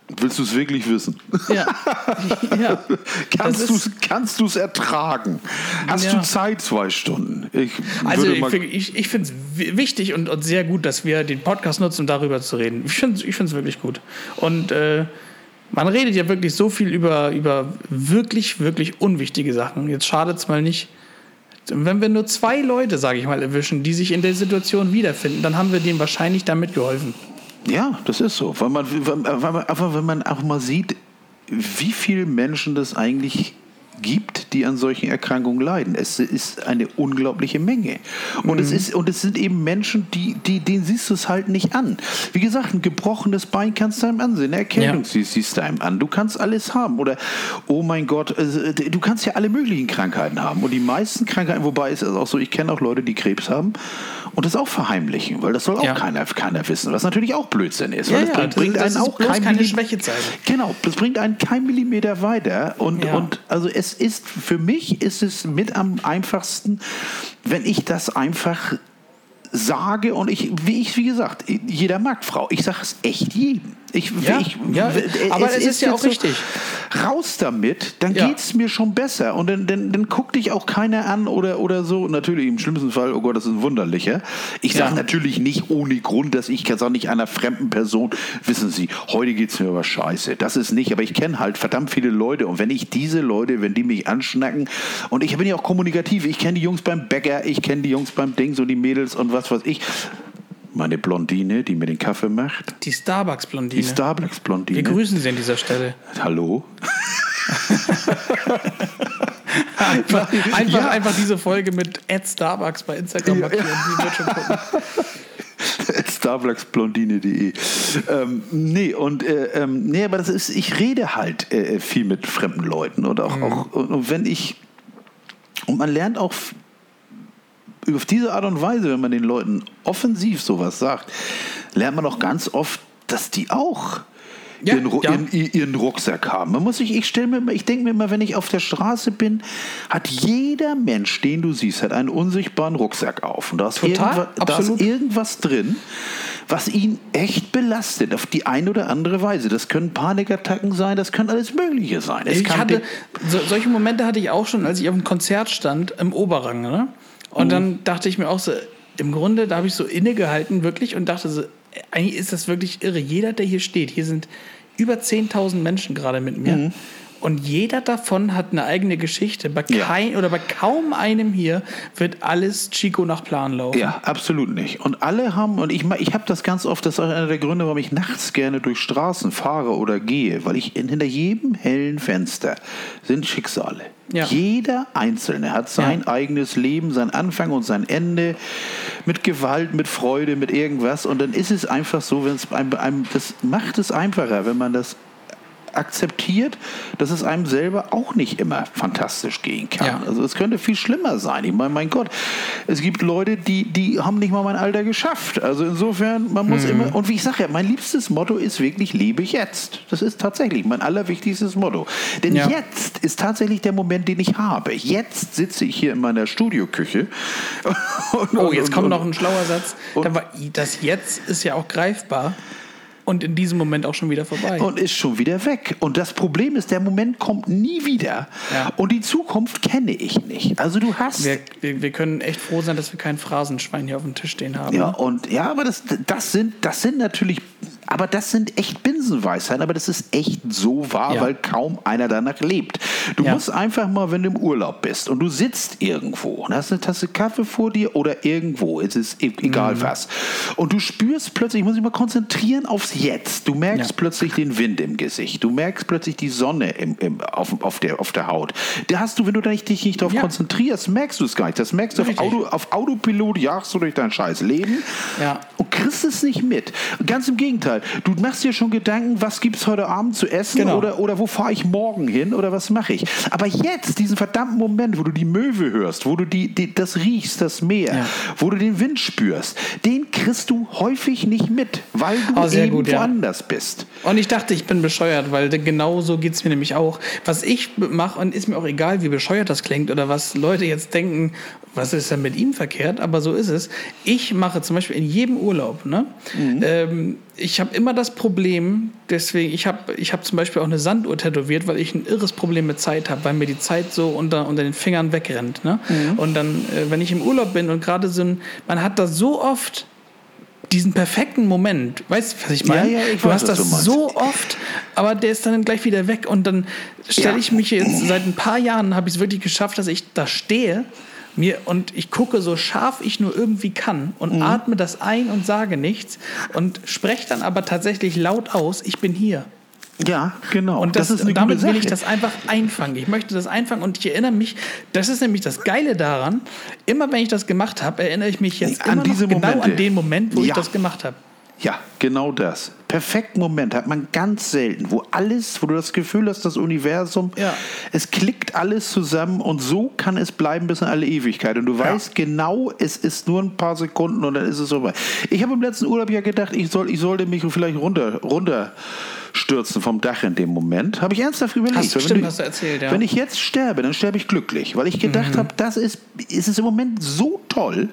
Willst du es wirklich wissen? Ja. ja. kannst du es kannst du's ertragen? Hast ja. du Zeit, zwei Stunden? Ich also ich, ich, ich finde es wichtig und, und sehr gut, dass wir den Podcast nutzen, um darüber zu reden. Ich finde es ich wirklich gut. Und äh, man redet ja wirklich so viel über, über wirklich, wirklich unwichtige Sachen. Jetzt schadet es mal nicht. Wenn wir nur zwei Leute, sage ich mal, erwischen, die sich in der Situation wiederfinden, dann haben wir denen wahrscheinlich damit geholfen. Ja, das ist so. Weil man, weil man, aber wenn man auch mal sieht, wie viele Menschen das eigentlich gibt, die an solchen Erkrankungen leiden. Es ist eine unglaubliche Menge. Und, mhm. es, ist, und es sind eben Menschen, die, die, denen siehst du es halt nicht an. Wie gesagt, ein gebrochenes Bein kannst du einem ansehen, eine Erkältung ja. siehst du einem an. Du kannst alles haben. Oder, oh mein Gott, du kannst ja alle möglichen Krankheiten haben. Und die meisten Krankheiten, wobei es ist auch so, ich kenne auch Leute, die Krebs haben und das auch verheimlichen, weil das soll auch ja. keiner, keiner wissen, was natürlich auch Blödsinn ist. Ja, weil das ja, bringt, das, bringt das einen ist auch bloß kein keine Millim- Schwäche zeigen. Genau, das bringt einen kein Millimeter weiter. Und, ja. und also es ist, für mich ist es mit am einfachsten, wenn ich das einfach sage und ich, wie ich, wie gesagt, jeder mag Frau. Ich sage es echt jedem. Ich, ja, ich, ja, aber es, es ist, ist ja auch so, richtig. Raus damit, dann ja. geht es mir schon besser. Und dann, dann, dann guckt dich auch keiner an oder, oder so. Natürlich im schlimmsten Fall, oh Gott, das ist ein Wunderlicher. Ich sage ja. natürlich nicht ohne Grund, dass ich sage nicht einer fremden Person, wissen Sie, heute geht es mir aber scheiße. Das ist nicht, aber ich kenne halt verdammt viele Leute. Und wenn ich diese Leute, wenn die mich anschnacken, und ich bin ja auch kommunikativ, ich kenne die Jungs beim Bäcker, ich kenne die Jungs beim Dings und die Mädels und was weiß ich. Meine Blondine, die mir den Kaffee macht. Die Starbucks-Blondine. Die Starbucks-Blondine. Wir grüßen Sie an dieser Stelle. Hallo? einfach einfach, ja. einfach diese Folge mit at Starbucks bei Instagram markieren. Ja. Die wird schon gucken. starbucksblondine punkt de ähm, nee, und äh, ähm, nee, aber das ist, ich rede halt äh, viel mit fremden Leuten und auch, mhm. auch und, und wenn ich und man lernt auch auf diese Art und Weise, wenn man den Leuten offensiv sowas sagt, lernt man auch ganz oft, dass die auch ja, ihren, ja. ihren, ihren Rucksack haben. Man muss sich, ich stelle mir, ich denke mir immer, wenn ich auf der Straße bin, hat jeder Mensch, den du siehst, hat einen unsichtbaren Rucksack auf. Und da ist, Total, irgendwas, da ist irgendwas drin, was ihn echt belastet, auf die eine oder andere Weise. Das können Panikattacken sein, das können alles Mögliche sein. Es ich hatte, so, solche Momente hatte ich auch schon, als ich auf einem Konzert stand, im Oberrang, ne? Und dann dachte ich mir auch so, im Grunde, da habe ich so innegehalten wirklich und dachte so, eigentlich ist das wirklich irre. Jeder, der hier steht, hier sind über zehntausend Menschen gerade mit mir. Mhm. Und jeder davon hat eine eigene Geschichte. Bei kein, ja. oder bei kaum einem hier wird alles Chico nach Plan laufen. Ja, absolut nicht. Und alle haben, und ich, ich habe das ganz oft, das ist auch einer der Gründe, warum ich nachts gerne durch Straßen fahre oder gehe, weil ich in, hinter jedem hellen Fenster sind Schicksale. Ja. Jeder Einzelne hat sein ja. eigenes Leben, sein Anfang und sein Ende, mit Gewalt, mit Freude, mit irgendwas. Und dann ist es einfach so, wenn es einem, einem, das macht es einfacher, wenn man das akzeptiert, dass es einem selber auch nicht immer fantastisch gehen kann. Ja. Also es könnte viel schlimmer sein. Ich meine, mein Gott, es gibt Leute, die, die haben nicht mal mein Alter geschafft. Also insofern, man muss mhm. immer, und wie ich sage ja, mein liebstes Motto ist wirklich, lebe jetzt. Das ist tatsächlich mein allerwichtigstes Motto. Denn ja. jetzt ist tatsächlich der Moment, den ich habe. Jetzt sitze ich hier in meiner Studioküche. Und, oh, jetzt und, kommt und, noch ein schlauer Satz. Das Jetzt ist ja auch greifbar. Und in diesem Moment auch schon wieder vorbei. Und ist schon wieder weg. Und das Problem ist, der Moment kommt nie wieder. Ja. Und die Zukunft kenne ich nicht. Also du hast... Wir, wir, wir können echt froh sein, dass wir kein Phrasenschwein hier auf dem Tisch stehen haben. Ja, und, ja aber das, das, sind, das sind natürlich... Aber das sind echt Binsenweisheiten, aber das ist echt so wahr, ja. weil kaum einer danach lebt. Du ja. musst einfach mal, wenn du im Urlaub bist und du sitzt irgendwo und hast eine Tasse Kaffee vor dir oder irgendwo, es ist egal mhm. was, und du spürst plötzlich, ich muss mich mal konzentrieren aufs Jetzt. Du merkst ja. plötzlich den Wind im Gesicht, du merkst plötzlich die Sonne im, im, auf, auf, der, auf der Haut. Da hast du, wenn du dich nicht darauf ja. konzentrierst, merkst du es gar nicht. Das merkst du auf, Auto, auf Autopilot, jagst du durch dein scheiß Leben ja. und kriegst es nicht mit. Ganz im Gegenteil. Du machst dir schon Gedanken, was gibt es heute Abend zu essen genau. oder, oder wo fahre ich morgen hin oder was mache ich. Aber jetzt, diesen verdammten Moment, wo du die Möwe hörst, wo du die, die, das riechst, das Meer, ja. wo du den Wind spürst, den kriegst du häufig nicht mit, weil du oh, eben gut, woanders ja. bist. Und ich dachte, ich bin bescheuert, weil genau so geht es mir nämlich auch. Was ich mache, und ist mir auch egal, wie bescheuert das klingt oder was Leute jetzt denken, was ist denn mit ihm verkehrt, aber so ist es. Ich mache zum Beispiel in jedem Urlaub Urlaub, ne? Mhm. Ähm, ich habe immer das Problem, deswegen, ich habe ich hab zum Beispiel auch eine Sanduhr tätowiert, weil ich ein irres Problem mit Zeit habe, weil mir die Zeit so unter, unter den Fingern wegrennt, ne? Mhm. Und dann, äh, wenn ich im Urlaub bin und gerade so ein, man hat das so oft, diesen perfekten Moment, weißt du, was ich meine? Ja, ja, ich du weiß, hast das du so oft, aber der ist dann gleich wieder weg und dann stelle ja. ich mich jetzt, seit ein paar Jahren habe ich es wirklich geschafft, dass ich da stehe mir, und ich gucke so scharf ich nur irgendwie kann und mhm. atme das ein und sage nichts und spreche dann aber tatsächlich laut aus, ich bin hier. Ja, genau. Und das, das ist eine damit will ich das einfach einfangen. Ich möchte das einfangen und ich erinnere mich, das ist nämlich das Geile daran, immer wenn ich das gemacht habe, erinnere ich mich jetzt an immer diese noch genau Momente. An den Moment, wo ja. ich das gemacht habe. Ja, genau das. Perfekten Moment hat man ganz selten, wo alles, wo du das Gefühl hast, das Universum, ja. es klickt alles zusammen und so kann es bleiben bis in alle Ewigkeit. Und du ja. weißt genau, es ist nur ein paar Sekunden und dann ist es soweit. Ich habe im letzten Urlaub ja gedacht, ich, soll, ich sollte mich vielleicht runter, runter stürzen vom Dach in dem Moment. Habe ich ernsthaft überlegt. Hast, stimmt, du, hast du erzählt, ja. Wenn ich jetzt sterbe, dann sterbe ich glücklich, weil ich gedacht mhm. habe, das ist, ist es im Moment so toll.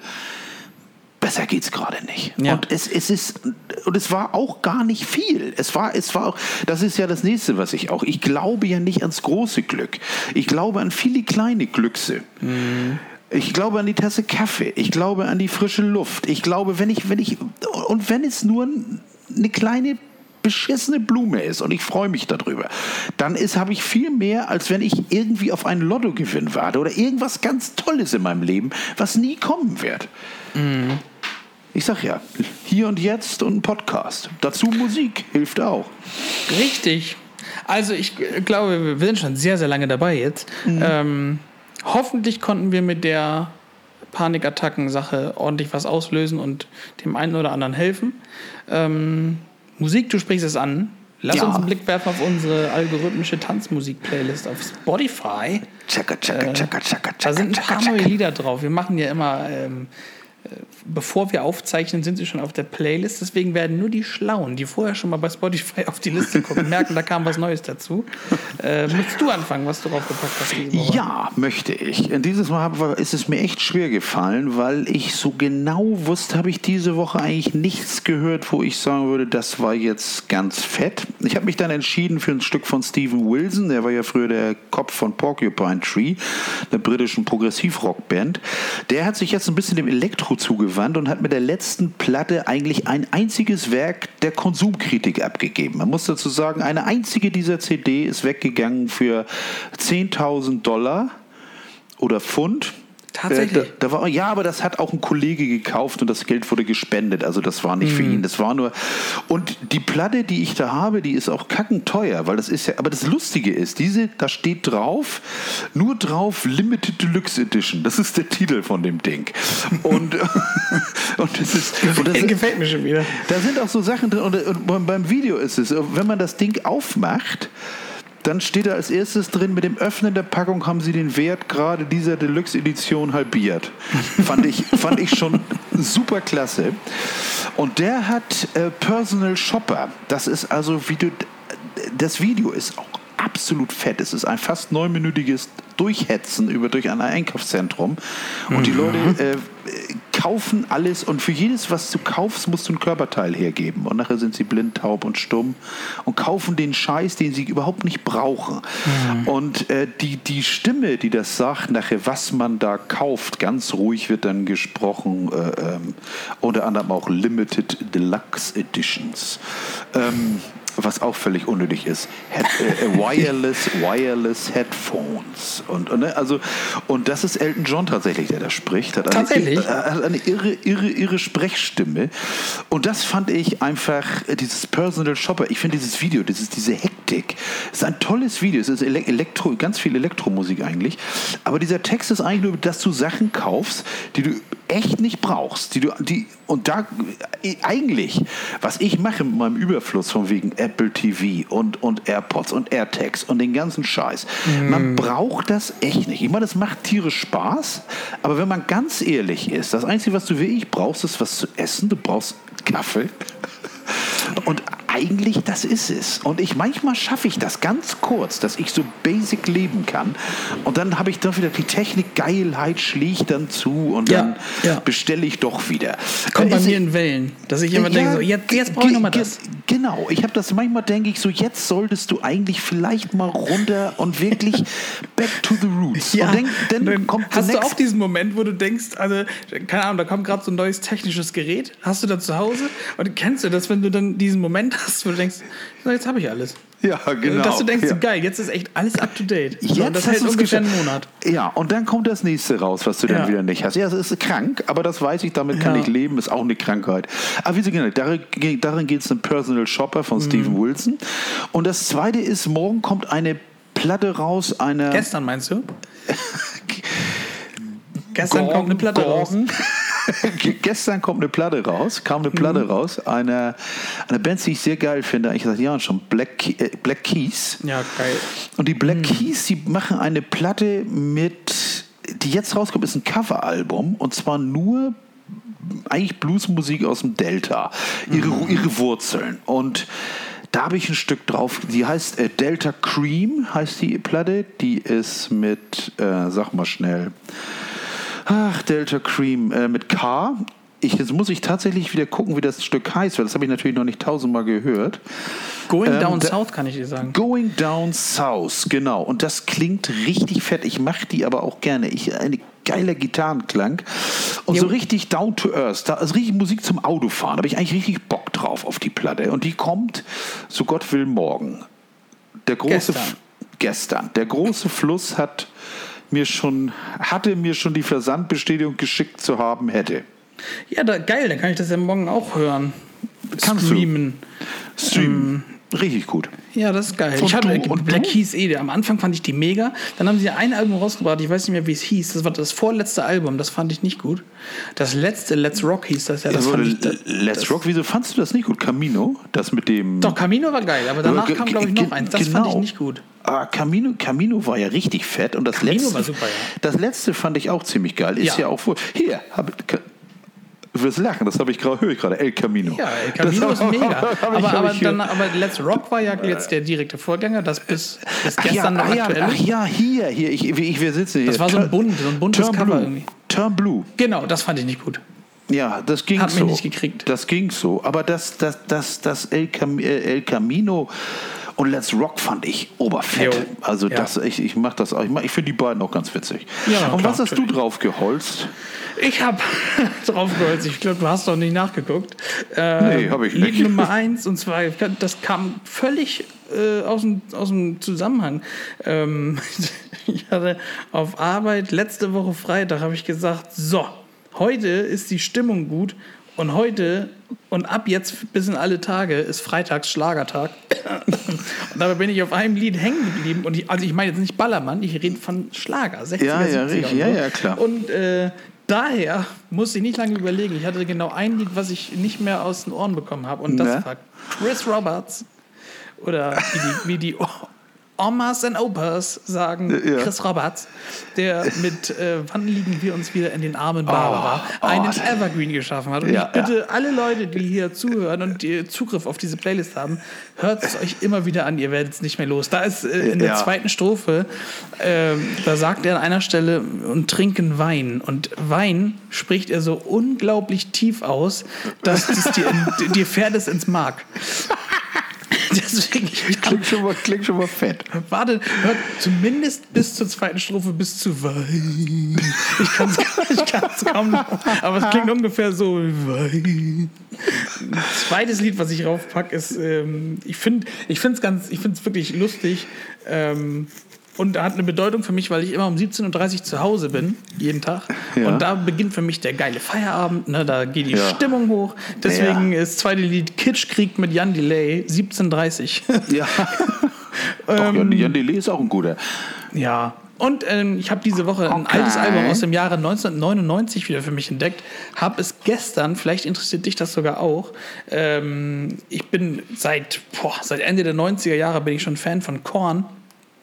Besser geht's gerade nicht. Ja. Und es, es ist, und es war auch gar nicht viel. Es war, es war auch, das ist ja das nächste, was ich auch, ich glaube ja nicht ans große Glück. Ich glaube an viele kleine Glückse. Mhm. Ich glaube an die Tasse Kaffee. Ich glaube an die frische Luft. Ich glaube, wenn ich, wenn ich, und wenn es nur eine kleine beschissene Blume ist und ich freue mich darüber, dann ist, habe ich viel mehr, als wenn ich irgendwie auf einen Lottogewinn warte oder irgendwas ganz Tolles in meinem Leben, was nie kommen wird. Mhm. Ich sag ja, hier und jetzt und ein Podcast. Dazu Musik, hilft auch. Richtig. Also ich glaube, wir sind schon sehr, sehr lange dabei jetzt. Mhm. Ähm, hoffentlich konnten wir mit der Panikattacken-Sache ordentlich was auslösen und dem einen oder anderen helfen. Ähm, Musik, du sprichst es an. Lass ja. uns einen Blick werfen auf unsere algorithmische Tanzmusik-Playlist auf Spotify. Tschakka, tschakka, tschakka, tschakka, äh, da sind ein paar neue Lieder drauf. Wir machen ja immer... Ähm, bevor wir aufzeichnen, sind sie schon auf der Playlist. Deswegen werden nur die Schlauen, die vorher schon mal bei Spotify auf die Liste gucken, merken, da kam was Neues dazu. Äh, möchtest du anfangen, was du draufgepackt hast diese Woche? Ja, möchte ich. Dieses Mal ist es mir echt schwer gefallen, weil ich so genau wusste, habe ich diese Woche eigentlich nichts gehört, wo ich sagen würde, das war jetzt ganz fett. Ich habe mich dann entschieden für ein Stück von Steven Wilson. Der war ja früher der Kopf von Porcupine Tree, der britischen Progressivrockband. Der hat sich jetzt ein bisschen dem Elektro zugewandt und hat mit der letzten Platte eigentlich ein einziges Werk der Konsumkritik abgegeben. Man muss dazu sagen, eine einzige dieser C D ist weggegangen für zehntausend Dollar oder Pfund. Tatsächlich? Äh, da, da war, ja, aber das hat auch ein Kollege gekauft und das Geld wurde gespendet. Also das war nicht mhm. für ihn, das war nur... Und die Platte, die ich da habe, die ist auch kackenteuer, weil das ist ja... Aber das Lustige ist, diese, da steht drauf, nur drauf Limited Deluxe Edition. Das ist der Titel von dem Ding. Und, und das ist... Und das gefällt mir schon wieder. Da sind auch so Sachen drin. Und, und beim Video ist es, wenn man das Ding aufmacht... Dann steht da als erstes drin, mit dem Öffnen der Packung haben sie den Wert gerade dieser Deluxe-Edition halbiert. fand, ich, fand ich schon super klasse. Und der hat äh, Personal Shopper. Das ist also, wie du, das Video ist auch absolut fett. Es ist ein fast neunminütiges Durchhetzen über durch ein Einkaufszentrum. Und mhm. die Leute äh, kaufen alles und für jedes, was du kaufst, musst du ein Körperteil hergeben. Und nachher sind sie blind, taub und stumm und kaufen den Scheiß, den sie überhaupt nicht brauchen. Mhm. Und äh, die, die Stimme, die das sagt, nachher, was man da kauft, ganz ruhig wird dann gesprochen, äh, ähm, unter anderem auch Limited Deluxe Editions. Ähm, was auch völlig unnötig ist, Head, äh, wireless, wireless Headphones. Und, und, also, und das ist Elton John tatsächlich, der da spricht. Hat eine, tatsächlich? Hat eine irre, irre, irre Sprechstimme. Und das fand ich einfach, dieses Personal Shopper, ich finde dieses Video, dieses, diese Hektik, ist ein tolles Video. Es ist Elektro, ganz viel Elektromusik eigentlich. Aber dieser Text ist eigentlich nur, dass du Sachen kaufst, die du echt nicht brauchst. Die du, die, und da eigentlich, was ich mache mit meinem Überfluss von wegen Apple T V und, und AirPods und AirTags und den ganzen Scheiß. Mm. Man braucht das echt nicht. Ich meine, das macht tierisch Spaß, aber wenn man ganz ehrlich ist, das Einzige, was du wirklich brauchst, ist was zu essen. Du brauchst Kaffee. Und eigentlich, das ist es. Und ich manchmal schaffe ich das ganz kurz, dass ich so basic leben kann. Und dann habe ich dann wieder die Technik, Geilheit schlägt dann zu und Ja, dann ja. bestelle ich doch wieder. Kommt bei Ist- mir in Wellen, dass ich immer ja, denke, so, jetzt, jetzt brauche ich ge- nochmal ge- das. Genau, ich habe das manchmal, denke ich so, jetzt solltest du eigentlich vielleicht mal runter und wirklich back to the roots. Ja, und dann, dann, dann kommt hast the du next auch diesen Moment, wo du denkst, also, keine Ahnung, da kommt gerade so ein neues technisches Gerät, hast du da zu Hause und kennst du das, wenn du dann diesen Moment hast, wo du denkst, so, jetzt habe ich alles. Ja, genau. Dass du denkst, ja. so, geil, jetzt ist echt alles up to date. So, Jetzt und das hast hält du's ungefähr geschafft. einen Monat. Ja, und dann kommt das nächste raus, was du Ja. dann wieder nicht hast. Ja, es ist krank, aber das weiß ich, damit kann Ja. ich leben, ist auch eine Krankheit. Aber wie Sie genau, darin, darin geht es um Personal Shopper von Mhm. Steven Wilson. Und das zweite ist, morgen kommt eine Platte raus, eine... Gestern meinst du? Gestern Gordon- kommt eine Platte raus. Gordon. Gestern kommt eine Platte raus, kam eine Platte Mhm. raus, eine, eine Band, die ich sehr geil finde, eigentlich seit Jahren schon, Black, Key- äh, Black Keys. Ja, geil. Und die Black Keys, die machen eine Platte mit, die jetzt rauskommt, ist ein Coveralbum und zwar nur eigentlich Bluesmusik aus dem Delta, ihre, ihre Wurzeln. Und da habe ich ein Stück drauf, die heißt äh, Delta Cream, heißt die Platte, die ist mit, äh, sag mal schnell, ach, Delta Cream äh, mit K. Ich, jetzt muss ich tatsächlich wieder gucken, wie das Stück heißt, weil das habe ich natürlich noch nicht tausendmal gehört. Going Ähm, Down da- South kann ich dir sagen. Going Down South, genau. Und das klingt richtig fett. Ich mache die aber auch gerne. Ich, eine geiler Gitarrenklang. Und Jo. so richtig down to earth. Da ist richtig Musik zum Autofahren. Da habe ich eigentlich richtig Bock drauf auf die Platte. Und die kommt, so Gott will, morgen. Der große Gestern. F- gestern. Der große Fluss hat mir schon, hatte mir schon die Versandbestätigung geschickt zu haben hätte. Ja, da, geil, dann kann ich das ja morgen auch hören. Kannst du. Streamen. Stream. Richtig gut. Ja, das ist geil. Und ich hatte du? Und Black du? Keys eh, am Anfang fand ich die mega. Dann haben sie ein Album rausgebracht, ich weiß nicht mehr, wie es hieß. Das war das vorletzte Album, das fand ich nicht gut. Das letzte, Let's Rock hieß das ja. Das Das fand wurde ich, das, Let's das, Rock, wieso fandst du das nicht gut? Camino, das mit dem... Doch, Camino war geil, aber danach Ge- kam, glaube ich, noch ge- eins. Das genau. fand ich nicht gut. Ah, Camino, Camino war ja richtig fett und das Camino letzte, war super, ja. Das letzte fand ich auch ziemlich geil. Ist ja, Ja. auch wohl. Hier, hab, du wirst lachen, das habe ich gerade, höre ich gerade. El Camino. Ja, El Camino Das ist mega. hab ich- aber, hab aber, ich dann, aber Let's Rock war ja jetzt der direkte Vorgänger, das bis, bis Ach ja, gestern noch ah ja, aktuell ach ist. ja, hier, hier, ich, ich, wir sitzen hier. Das war so ein Turn- bunt, so ein buntes Turn Cover Blue. irgendwie. Turn Blue. Genau, das fand ich nicht gut. Ja, das ging Hat mich so. nicht gekriegt. Das ging so. Aber das, das, das, das El, Cam äh, El Camino und Let's Rock fand ich oberfett. Jo. Also Ja. das, ich, ich mach das auch. Ich, mach- ich finde die beiden auch ganz witzig. Ja, und klar, was hast natürlich. du drauf geholzt? Ich habe draufgeholzt. Ich glaube, du hast doch nicht nachgeguckt. Äh, Nee, hab ich Lied nicht. Nummer eins, und zwar, das kam völlig äh, aus, dem, aus dem Zusammenhang. Ähm, ich hatte auf Arbeit letzte Woche Freitag, habe ich gesagt, so, heute ist die Stimmung gut und heute und ab jetzt bis in alle Tage ist Freitags Schlagertag. Und dabei bin ich auf einem Lied hängen geblieben. Und ich, also ich meine jetzt nicht Ballermann, ich rede von Schlager, sechziger, Ja, ja, siebziger richtig. und Ja, so. ja, klar. Und äh, daher musste ich nicht lange überlegen. Ich hatte genau ein Lied, was ich nicht mehr aus den Ohren bekommen habe. Und das Na? war Chris Roberts. Oder wie die, wie die Omas and Opas sagen, Ja. Chris Roberts, der mit äh, Wann liegen wir uns wieder in den Armen Barbara Oh, einen oh. Evergreen geschaffen hat. Und Ja, ich bitte alle Leute, die hier zuhören und die Zugriff auf diese Playlist haben, hört es euch immer wieder an, ihr werdet es nicht mehr los. Da ist äh, in der Ja. zweiten Strophe, äh, da sagt er an einer Stelle, und trinken Wein. Und Wein spricht er so unglaublich tief aus, dass es dir, in, dir fährt es ins Mark. Deswegen, ich kann, Klingt schon mal, klingt schon mal fett. warte, hört zumindest bis zur zweiten Strophe bis zu Wein. Ich kann es ich kann's kaum noch, aber es klingt ungefähr so wie Wein. Ein zweites Lied, was ich raufpacke, ist, ähm, ich finde ich finde es ganz, ich finde es wirklich lustig, ähm, und hat eine Bedeutung für mich, weil ich immer um siebzehn Uhr dreißig zu Hause bin, jeden Tag. Ja. Und da beginnt für mich der geile Feierabend, ne? Da geht die Ja. Stimmung hoch. Deswegen Ja. ist das zweite Lied Kitschkrieg mit Jan Delay, siebzehn Uhr dreißig. Ja. Doch, Jan, Jan Delay ist auch ein guter. Ja, und ähm, ich habe diese Woche ein Okay. altes Album aus dem Jahre neunzehnhundertneunundneunzig wieder für mich entdeckt. Habe es gestern, vielleicht interessiert dich das sogar auch. Ähm, ich bin seit, boah, seit Ende der neunziger Jahre bin ich schon Fan von Korn.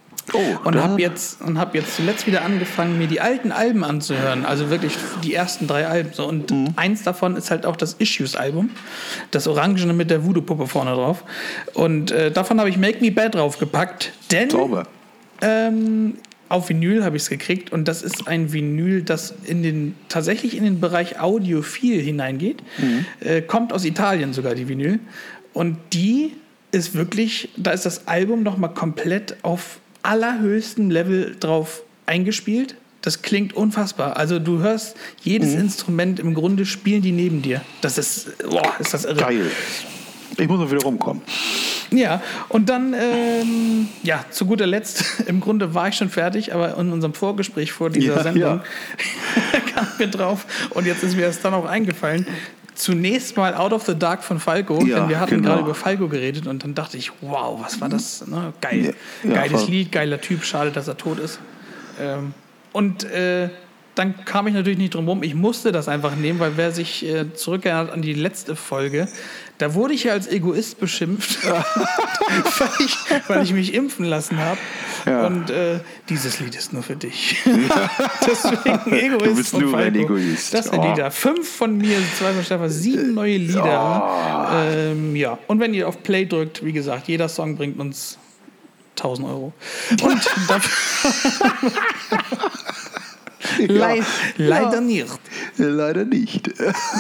Oh, und habe jetzt, und hab jetzt zuletzt wieder angefangen, mir die alten Alben anzuhören. Also wirklich die ersten drei Alben. So. Und mhm. eins davon ist halt auch das Issues-Album. Das Orangene mit der Voodoo-Puppe vorne drauf. Und äh, davon habe ich Make Me Bad draufgepackt. Denn ähm, auf Vinyl habe ich es gekriegt. Und das ist ein Vinyl, das in den, tatsächlich in den Bereich Audiophil hineingeht. Mhm. Äh, kommt aus Italien sogar, die Vinyl. Und die ist wirklich, da ist das Album nochmal komplett auf allerhöchstem Level drauf eingespielt. Das klingt unfassbar. Also du hörst jedes mhm. Instrument, im Grunde spielen die neben dir. Das ist, boah, ist das irre. Geil. Ich muss noch wieder rumkommen. Ja, und dann, ähm, ja, zu guter Letzt, im Grunde war ich schon fertig, aber in unserem Vorgespräch vor dieser ja, Sendung ja. kam mir drauf und jetzt ist mir das dann auch eingefallen. Zunächst mal Out of the Dark von Falco, ja, denn wir hatten genau. gerade über Falco geredet und dann dachte ich, wow, was war das? Ne? Geil. Ja, Geiles ja, Lied, geiler Typ, schade, dass er tot ist. Ähm, und äh, dann kam ich natürlich nicht drum rum, ich musste das einfach nehmen, weil wer sich äh, zurückerinnert an die letzte Folge, da wurde ich ja als Egoist beschimpft, weil, ich, weil ich mich impfen lassen habe. Ja. Und äh, dieses Lied ist nur für dich. Ja. Deswegen Egoist. Du bist nur ein Egoist. Das sind oh. Lieder. Fünf von mir, zwei von Stefan, sieben neue Lieder. Oh. Ähm, ja. Und wenn ihr auf Play drückt, wie gesagt, jeder Song bringt uns tausend Euro. Und dafür ja. Le- leider ja. nicht. Leider nicht.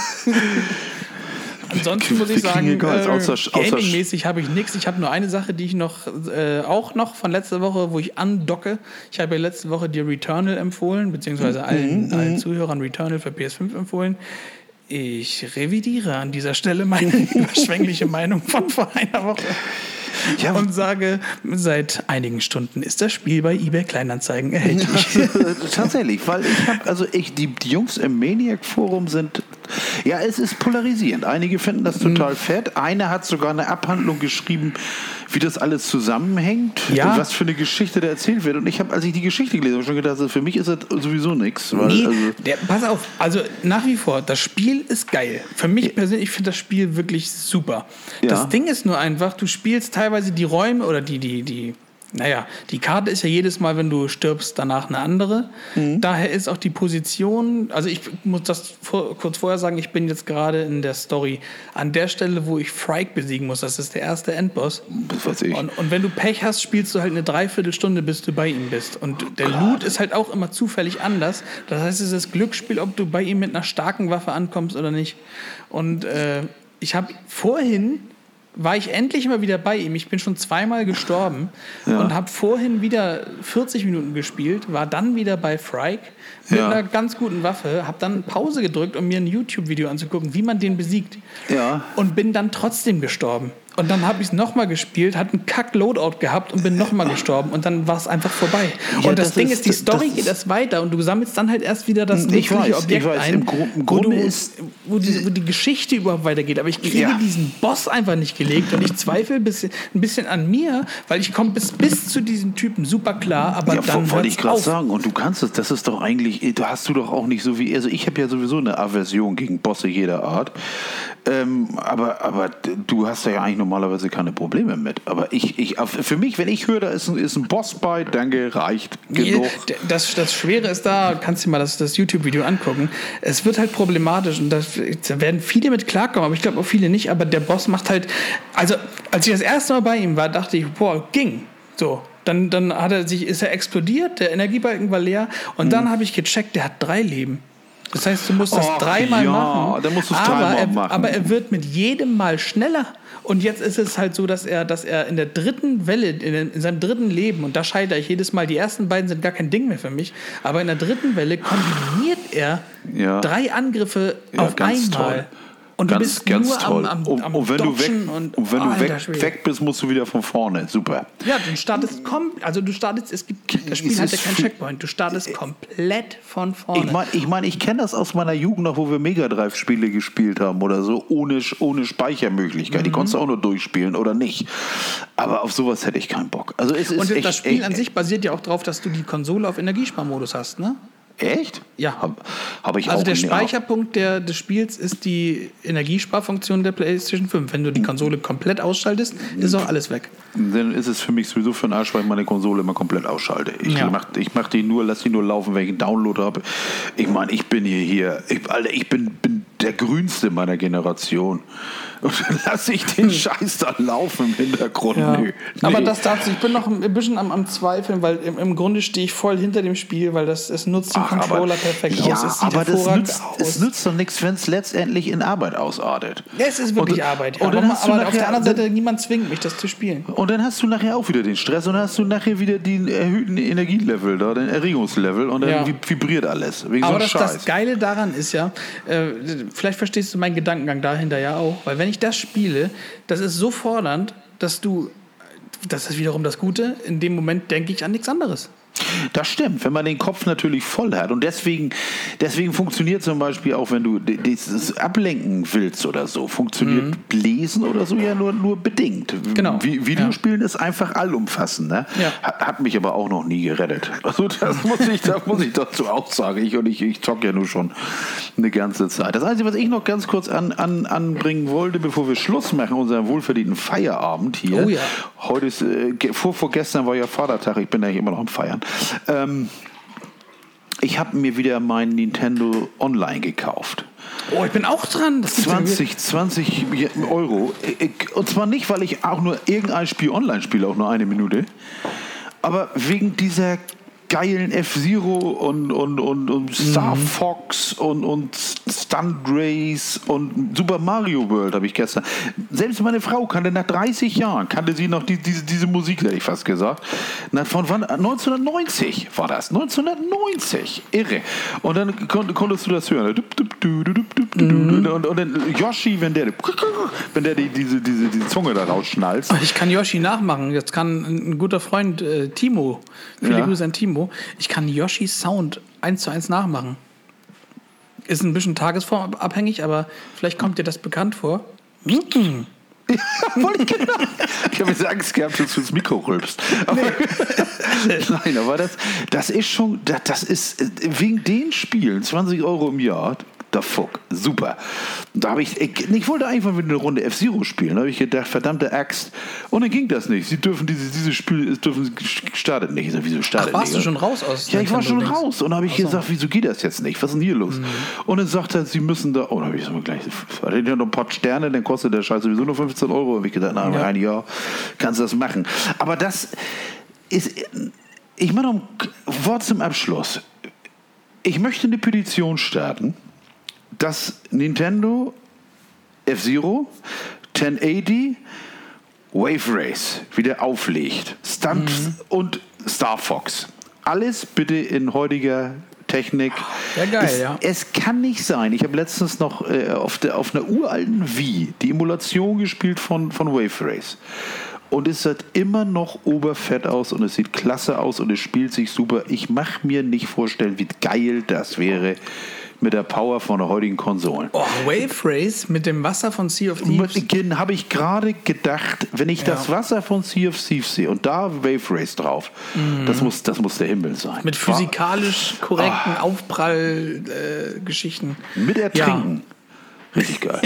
Ansonsten muss ich sagen, äh, gaming-mäßig habe ich nichts. Ich habe nur eine Sache, die ich noch, äh, auch noch von letzter Woche, wo ich andocke. Ich habe ja letzte Woche dir Returnal empfohlen, beziehungsweise allen, mhm. allen Zuhörern Returnal für P S fünf empfohlen. Ich revidiere an dieser Stelle meine überschwängliche Meinung von vor einer Woche. Ja. Und sage, seit einigen Stunden ist das Spiel bei eBay Kleinanzeigen erhältlich. Tatsächlich, weil ich habe, also ich, die, die Jungs im Maniac-Forum sind, ja, es ist polarisierend. Einige finden das total mhm. fett. Einer hat sogar eine Abhandlung geschrieben, wie das alles zusammenhängt, ja. was für eine Geschichte da erzählt wird. Und ich habe, als ich die Geschichte gelesen habe, schon gedacht, also für mich ist das sowieso nichts. Nee, also der, pass auf, also nach wie vor, das Spiel ist geil. Für mich persönlich, ich finde das Spiel wirklich super. Ja. Das Ding ist nur einfach, du spielst teilweise die Räume oder die, die, die, naja, die Karte ist ja jedes Mal, wenn du stirbst, danach eine andere. Mhm. Daher ist auch die Position, also ich muss das vor, kurz vorher sagen, ich bin jetzt gerade in der Story an der Stelle, wo ich Frike besiegen muss. Das ist der erste Endboss. Das weiß ich. Und, und wenn du Pech hast, spielst du halt eine Dreiviertelstunde, bis du bei ihm bist. Und der Loot ist halt auch immer zufällig anders. Das heißt, es ist das Glücksspiel, ob du bei ihm mit einer starken Waffe ankommst oder nicht. Und äh, ich habe vorhin war ich endlich mal wieder bei ihm. Ich bin schon zweimal gestorben ja. und habe vorhin wieder vierzig Minuten gespielt, war dann wieder bei Frike mit ja. einer ganz guten Waffe, habe dann Pause gedrückt, um mir ein YouTube-Video anzugucken, wie man den besiegt. Ja. Und bin dann trotzdem gestorben. Und dann habe ich es nochmal gespielt, hatte einen Kack-Loadout gehabt und bin nochmal gestorben. Und dann war es einfach vorbei. Ja, und das, das Ding ist, ist, die Story das geht erst weiter. Und du sammelst dann halt erst wieder das nützliche Objekt weiß, ein, im Gru- im wo, du, ist, wo, die, wo die Geschichte überhaupt weitergeht. Aber ich kriege ja. diesen Boss einfach nicht gelegt. Und ich zweifle ein bisschen, ein bisschen an mir, weil ich komme bis, bis zu diesem Typen super klar. Aber ja, dann wollte ich gerade sagen. Und du kannst es, das ist doch eigentlich, du hast du doch auch nicht so wie, also ich habe ja sowieso eine Aversion gegen Bosse jeder Art. Ähm, aber, aber du hast ja eigentlich normalerweise keine Probleme mit. Aber ich, ich, für mich, wenn ich höre, da ist ein, ist ein Boss bei, danke, reicht genug. Das, das Schwere ist da, kannst du dir mal das, das YouTube-Video angucken. Es wird halt problematisch und da werden viele mit klarkommen, aber ich glaube auch viele nicht. Aber der Boss macht halt, also als ich das erste Mal bei ihm war, dachte ich, boah, ging. So. Dann, dann hat er sich, ist er explodiert, der Energiebalken war leer und mhm. dann habe ich gecheckt, der hat drei Leben. Das heißt, du musst das Och, dreimal ja, machen, dann musst du es aber, dreimal er, machen. aber er wird mit jedem Mal schneller. Und jetzt ist es halt so, dass er, dass er in der dritten Welle, in, in seinem dritten Leben, und da scheitere ich jedes Mal, die ersten beiden sind gar kein Ding mehr für mich, aber in der dritten Welle kombiniert er ja. drei Angriffe ja, auf einmal. Toll. Und ganz, du bist ganz nur toll. am, am, und, am und wenn du weg, und, und wenn oh, du weg, weg bist, musst du wieder von vorne. Super. Ja, du startest kom- also du startest, es gibt das Spiel hat ja keinen Checkpoint. Du startest komplett von vorne. Ich meine, ich, mein, ich kenne das aus meiner Jugend noch, wo wir Mega Drive Spiele gespielt haben oder so, ohne, ohne Speichermöglichkeit. Mhm. Die konntest du auch nur durchspielen oder nicht. Aber auf sowas hätte ich keinen Bock. Also es ist und echt, das Spiel echt, an sich basiert ja auch darauf, dass du die Konsole auf Energiesparmodus hast, ne? Echt? Ja. Habe hab ich also auch der in- Speicherpunkt der, des Spiels ist die Energiesparfunktion der PlayStation fünf. Wenn du die Konsole komplett ausschaltest, ist auch alles weg. Dann ist es für mich sowieso für einen Arsch, weil ich meine Konsole immer komplett ausschalte. Ich Ja. mach, ich mach die nur, lass die nur laufen, wenn ich einen Download habe. Ich meine, ich bin hier, hier ich, Alter, ich bin, bin der Grünste meiner Generation. Und dann lasse ich den Scheiß da laufen im Hintergrund. Ja. Nö. Aber Nee. das dazu, ich bin noch ein bisschen am, am Zweifeln, weil im, im Grunde stehe ich voll hinter dem Spiel, weil das, es nutzt den Ach, Controller aber, perfekt ja, aus. Es sieht aber das hervorragend nützt, aus. es nützt doch nichts, wenn es letztendlich in Arbeit ausartet. Ja, es ist wirklich Und- Arbeit. Ja. und dann aber hast du aber auf der nachher- anderen Seite, niemand zwingt mich, das zu spielen. Und dann hast du nachher auch wieder den Stress und dann hast du nachher wieder den erhöhten Energielevel da, den Erregungslevel und dann Ja. vib- vibriert alles. Wegen Aber so das, einem Scheiß. das Geile daran ist ja, äh, vielleicht verstehst du meinen Gedankengang dahinter ja auch, weil wenn ich das spiele, das ist so fordernd, dass du, das ist wiederum das Gute, in dem Moment denke ich an nichts anderes. Das stimmt, wenn man den Kopf natürlich voll hat. Und deswegen, deswegen funktioniert zum Beispiel auch, wenn du d- dieses ablenken willst oder so, funktioniert Lesen oder so ja nur, nur bedingt. Genau. Vi- Videospielen ist einfach allumfassend. Ne? Ja. Hat, hat mich aber auch noch nie gerettet. Also das muss ich, das muss ich dazu auch sagen. Ich, und ich, ich zocke ja nur schon eine ganze Zeit. Das Einzige, was ich noch ganz kurz an, an, anbringen wollte, bevor wir Schluss machen, unseren wohlverdienten Feierabend hier. Oh ja. Heute ist, äh, ge- vor, vorgestern war ja Vatertag, ich bin eigentlich immer noch am Feiern. Ähm, ich habe mir wieder mein Nintendo Online gekauft. Oh, ich bin auch dran. Das zwanzig, zwanzig Euro. Und zwar nicht, weil ich auch nur irgendein Spiel online spiele, auch nur eine Minute, aber wegen dieser geilen F-Zero und, und, und, und Star Fox und, und Stunt Race und Super Mario World habe ich gestern. Selbst meine Frau kannte nach dreißig Jahren, kannte sie noch die, diese, diese Musik, hätte ich fast gesagt. Na, von wann? neunzehnhundertneunzig war das. neunzehnhundertneunzig. Irre. Und dann kon, konntest du das hören. Und, und dann Yoshi, wenn der, wenn der die, diese, diese, diese Zunge da rausschnalzt. Ich kann Yoshi nachmachen. Jetzt kann ein guter Freund äh, Timo, viele Ja. Grüße an Timo, ich kann Yoshis Sound eins zu eins nachmachen. Ist ein bisschen tagesformabhängig, aber vielleicht kommt dir das bekannt vor. Wollte ich genau. Ich habe jetzt Angst gehabt, dass du ins Mikro rülpst. Aber nein, aber das, das ist schon, das, das ist wegen den Spielen, zwanzig Euro im Jahr, der Fuck, super. Da habe ich, ich, ich wollte einfach wieder eine Runde F-Zero spielen. Da habe ich gedacht, verdammte Axt. Und dann ging das nicht. Sie dürfen dieses, dieses Spiel, es dürfen, startet nicht. Ich sag, wieso startet Ach, warst nicht? du schon raus aus Ja, ich war schon Nintendo-Dings? raus. Und dann habe ich gesagt, wieso geht das jetzt nicht? Was ist denn hier los? Und dann sagt er, sie müssen da, oh, dann habe ich gesagt, gleich, da hat ja noch ein paar Sterne, dann kostet der Scheiß sowieso nur fünfzehn Euro. Da habe ich gedacht, na, Ja. ein Jahr kannst du das machen. Aber das ist, ich meine, um Wort zum Abschluss. Ich möchte eine Petition starten, dass Nintendo F-Zero, tausendachtzig, Wave Race wieder auflegt. Stunt Mhm. und Star Fox. Alles bitte in heutiger Technik. Ja, geil, es, ja. Es kann nicht sein. Ich habe letztens noch äh, auf, der, auf einer uralten Wii die Emulation gespielt von, von Wave Race. Und es sieht immer noch oberfett aus und es sieht klasse aus und es spielt sich super. Ich mache mir nicht vorstellen, wie geil das wäre mit der Power von der heutigen Konsolen. Oh, Wave Race mit dem Wasser von Sea of Thieves. Habe ich gerade gedacht, wenn ich Ja. das Wasser von Sea of Thieves sehe und da Wave Race drauf, das, muss, das muss der Himmel sein. Mit physikalisch korrekten Aufprall-Geschichten. Mit Ertrinken. Richtig geil.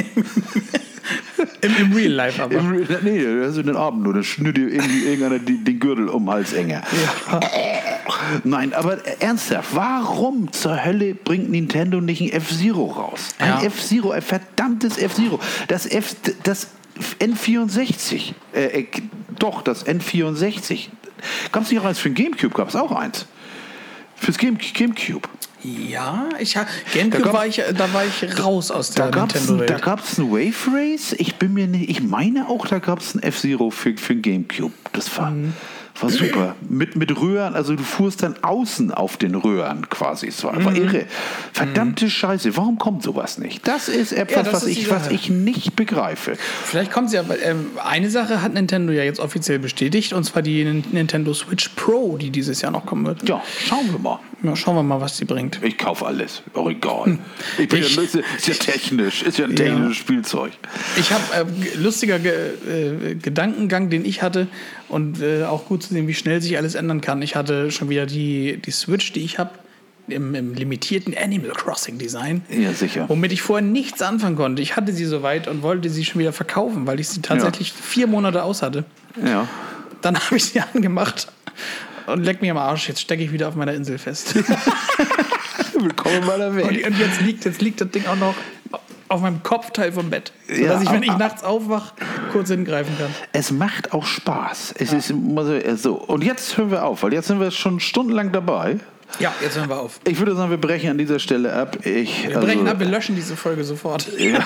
Im, Im Real Life aber. Im, nee, das ist in den Abend nur, dann schnürt dir irgendwie irgendeiner die, den Gürtel um den Hals enger. Ja. Nein, aber ernsthaft, warum zur Hölle bringt Nintendo nicht ein F-Zero raus? Ein Ja. F-Zero, ein verdammtes F-Zero. Das, F, das N vierundsechzig, äh, äh, doch, das N vierundsechzig. Gab es nicht auch eins für den Gamecube? Gab es auch eins. Fürs Game, Gamecube. Ja, ich ha- Gamecube Da gab- war ich, da war ich raus aus Da der gab es Nintendo-Welt. da gab's ein Wave Race. Ich bin mir nicht, ich meine auch, da gab es ein F-Zero für, für den Gamecube. Das war, Mhm. war super. Mit, mit Röhren, also du fuhrst dann außen auf den Röhren quasi. Es war, Mhm. war irre. Verdammte Scheiße, warum kommt sowas nicht? Das ist etwas, Ja, das was, ist die ich, was Sache. ich nicht begreife. Vielleicht kommt sie aber. Ähm, eine Sache hat Nintendo ja jetzt offiziell bestätigt, und zwar die Nin- Nintendo Switch Pro, die dieses Jahr noch kommen wird. Ja, schauen wir mal. Ja, schauen wir mal, was sie bringt. Ich kaufe alles, auch egal. Ich bin Ich- ja, ist, ja, ist ja technisch, ist ja ein Ja. technisches Spielzeug. Ich habe äh, g- lustiger Ge äh, Gedankengang, den ich hatte, und äh, auch gut zu sehen, wie schnell sich alles ändern kann. Ich hatte schon wieder die, die Switch, die ich habe, im, im limitierten Animal Crossing Design. Ja, sicher. Womit ich vorher nichts anfangen konnte. Ich hatte sie soweit und wollte sie schon wieder verkaufen, weil ich sie tatsächlich ja. vier Monate aus hatte. Ja. Dann habe ich sie angemacht und leck mir am Arsch. Jetzt stecke ich wieder auf meiner Insel fest. Willkommen in meiner Welt. Und, und jetzt, liegt, jetzt liegt das Ding auch noch auf meinem Kopfteil vom Bett. Sodass ja, ich, wenn aber, ich nachts aufwache, kurz hingreifen kann. Es macht auch Spaß. Es ja. ist so. Und jetzt hören wir auf, weil jetzt sind wir schon stundenlang dabei. Ja, jetzt hören wir auf. Ich würde sagen, wir brechen an dieser Stelle ab. Ich, wir also, brechen ab, wir löschen diese Folge sofort. Ja.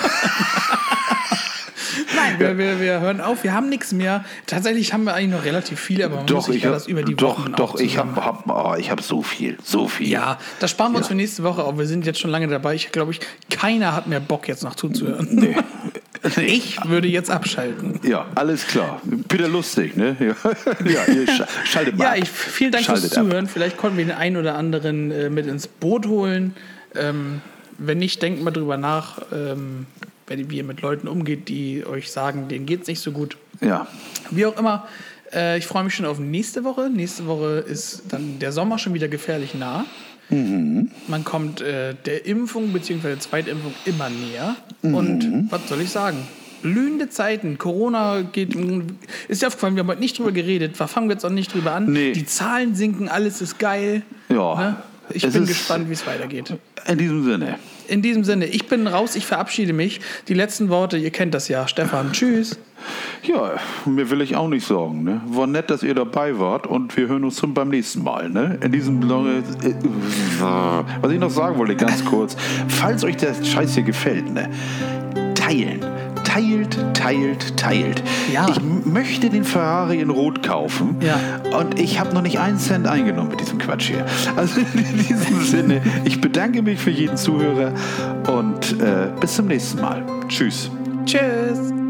Nein, wir, wir, wir hören auf, wir haben nichts mehr. Tatsächlich haben wir eigentlich noch relativ viele, aber man doch, muss sich ich ja hab, das über die doch, Wochen Doch, ich habe hab, oh, hab so viel, so viel. Ja, das sparen wir ja. uns für nächste Woche auf. Wir sind jetzt schon lange dabei. Ich glaube, ich, keiner hat mehr Bock, jetzt noch zuzuhören. Nee. Ich würde jetzt abschalten. Ja, alles klar. Peter Lustig, ne? Ja, ja ihr schaltet mal Ja, ab. ich, vielen Dank Schaltet fürs Zuhören. Ab. Vielleicht konnten wir den einen oder anderen äh, mit ins Boot holen. Ähm, wenn nicht, denkt mal drüber nach, ähm, wenn ihr mit Leuten umgeht, die euch sagen, denen geht es nicht so gut. Ja. Wie auch immer, äh, ich freue mich schon auf nächste Woche. Nächste Woche ist dann der Sommer schon wieder gefährlich nah. Mhm. Man kommt äh, der Impfung bzw. der Zweitimpfung immer näher. Mhm. Und was soll ich sagen? Blühende Zeiten. Corona geht, ist ja aufgefallen, wir haben heute nicht drüber geredet. Da fangen wir jetzt auch nicht drüber an. Nee. Die Zahlen sinken, alles ist geil. Ja. Ne? Ich es bin ist gespannt, wie es weitergeht. In diesem Sinne. In diesem Sinne, ich bin raus, ich verabschiede mich. Die letzten Worte, ihr kennt das ja. Stefan, tschüss. Ja, mir will ich auch nicht sagen. Ne? War nett, dass ihr dabei wart und wir hören uns zum beim nächsten Mal. Ne? In diesem lange, äh, was ich noch sagen wollte, ganz kurz. Falls euch der Scheiß hier gefällt, ne? Teilen. Teilt, teilt, teilt. Ja. Ich m- möchte den Ferrari in Rot kaufen. Ja. Und ich habe noch nicht einen Cent eingenommen mit diesem Quatsch hier. Also in diesem Sinne, ich bedanke mich für jeden Zuhörer und äh, bis zum nächsten Mal. Tschüss. Tschüss.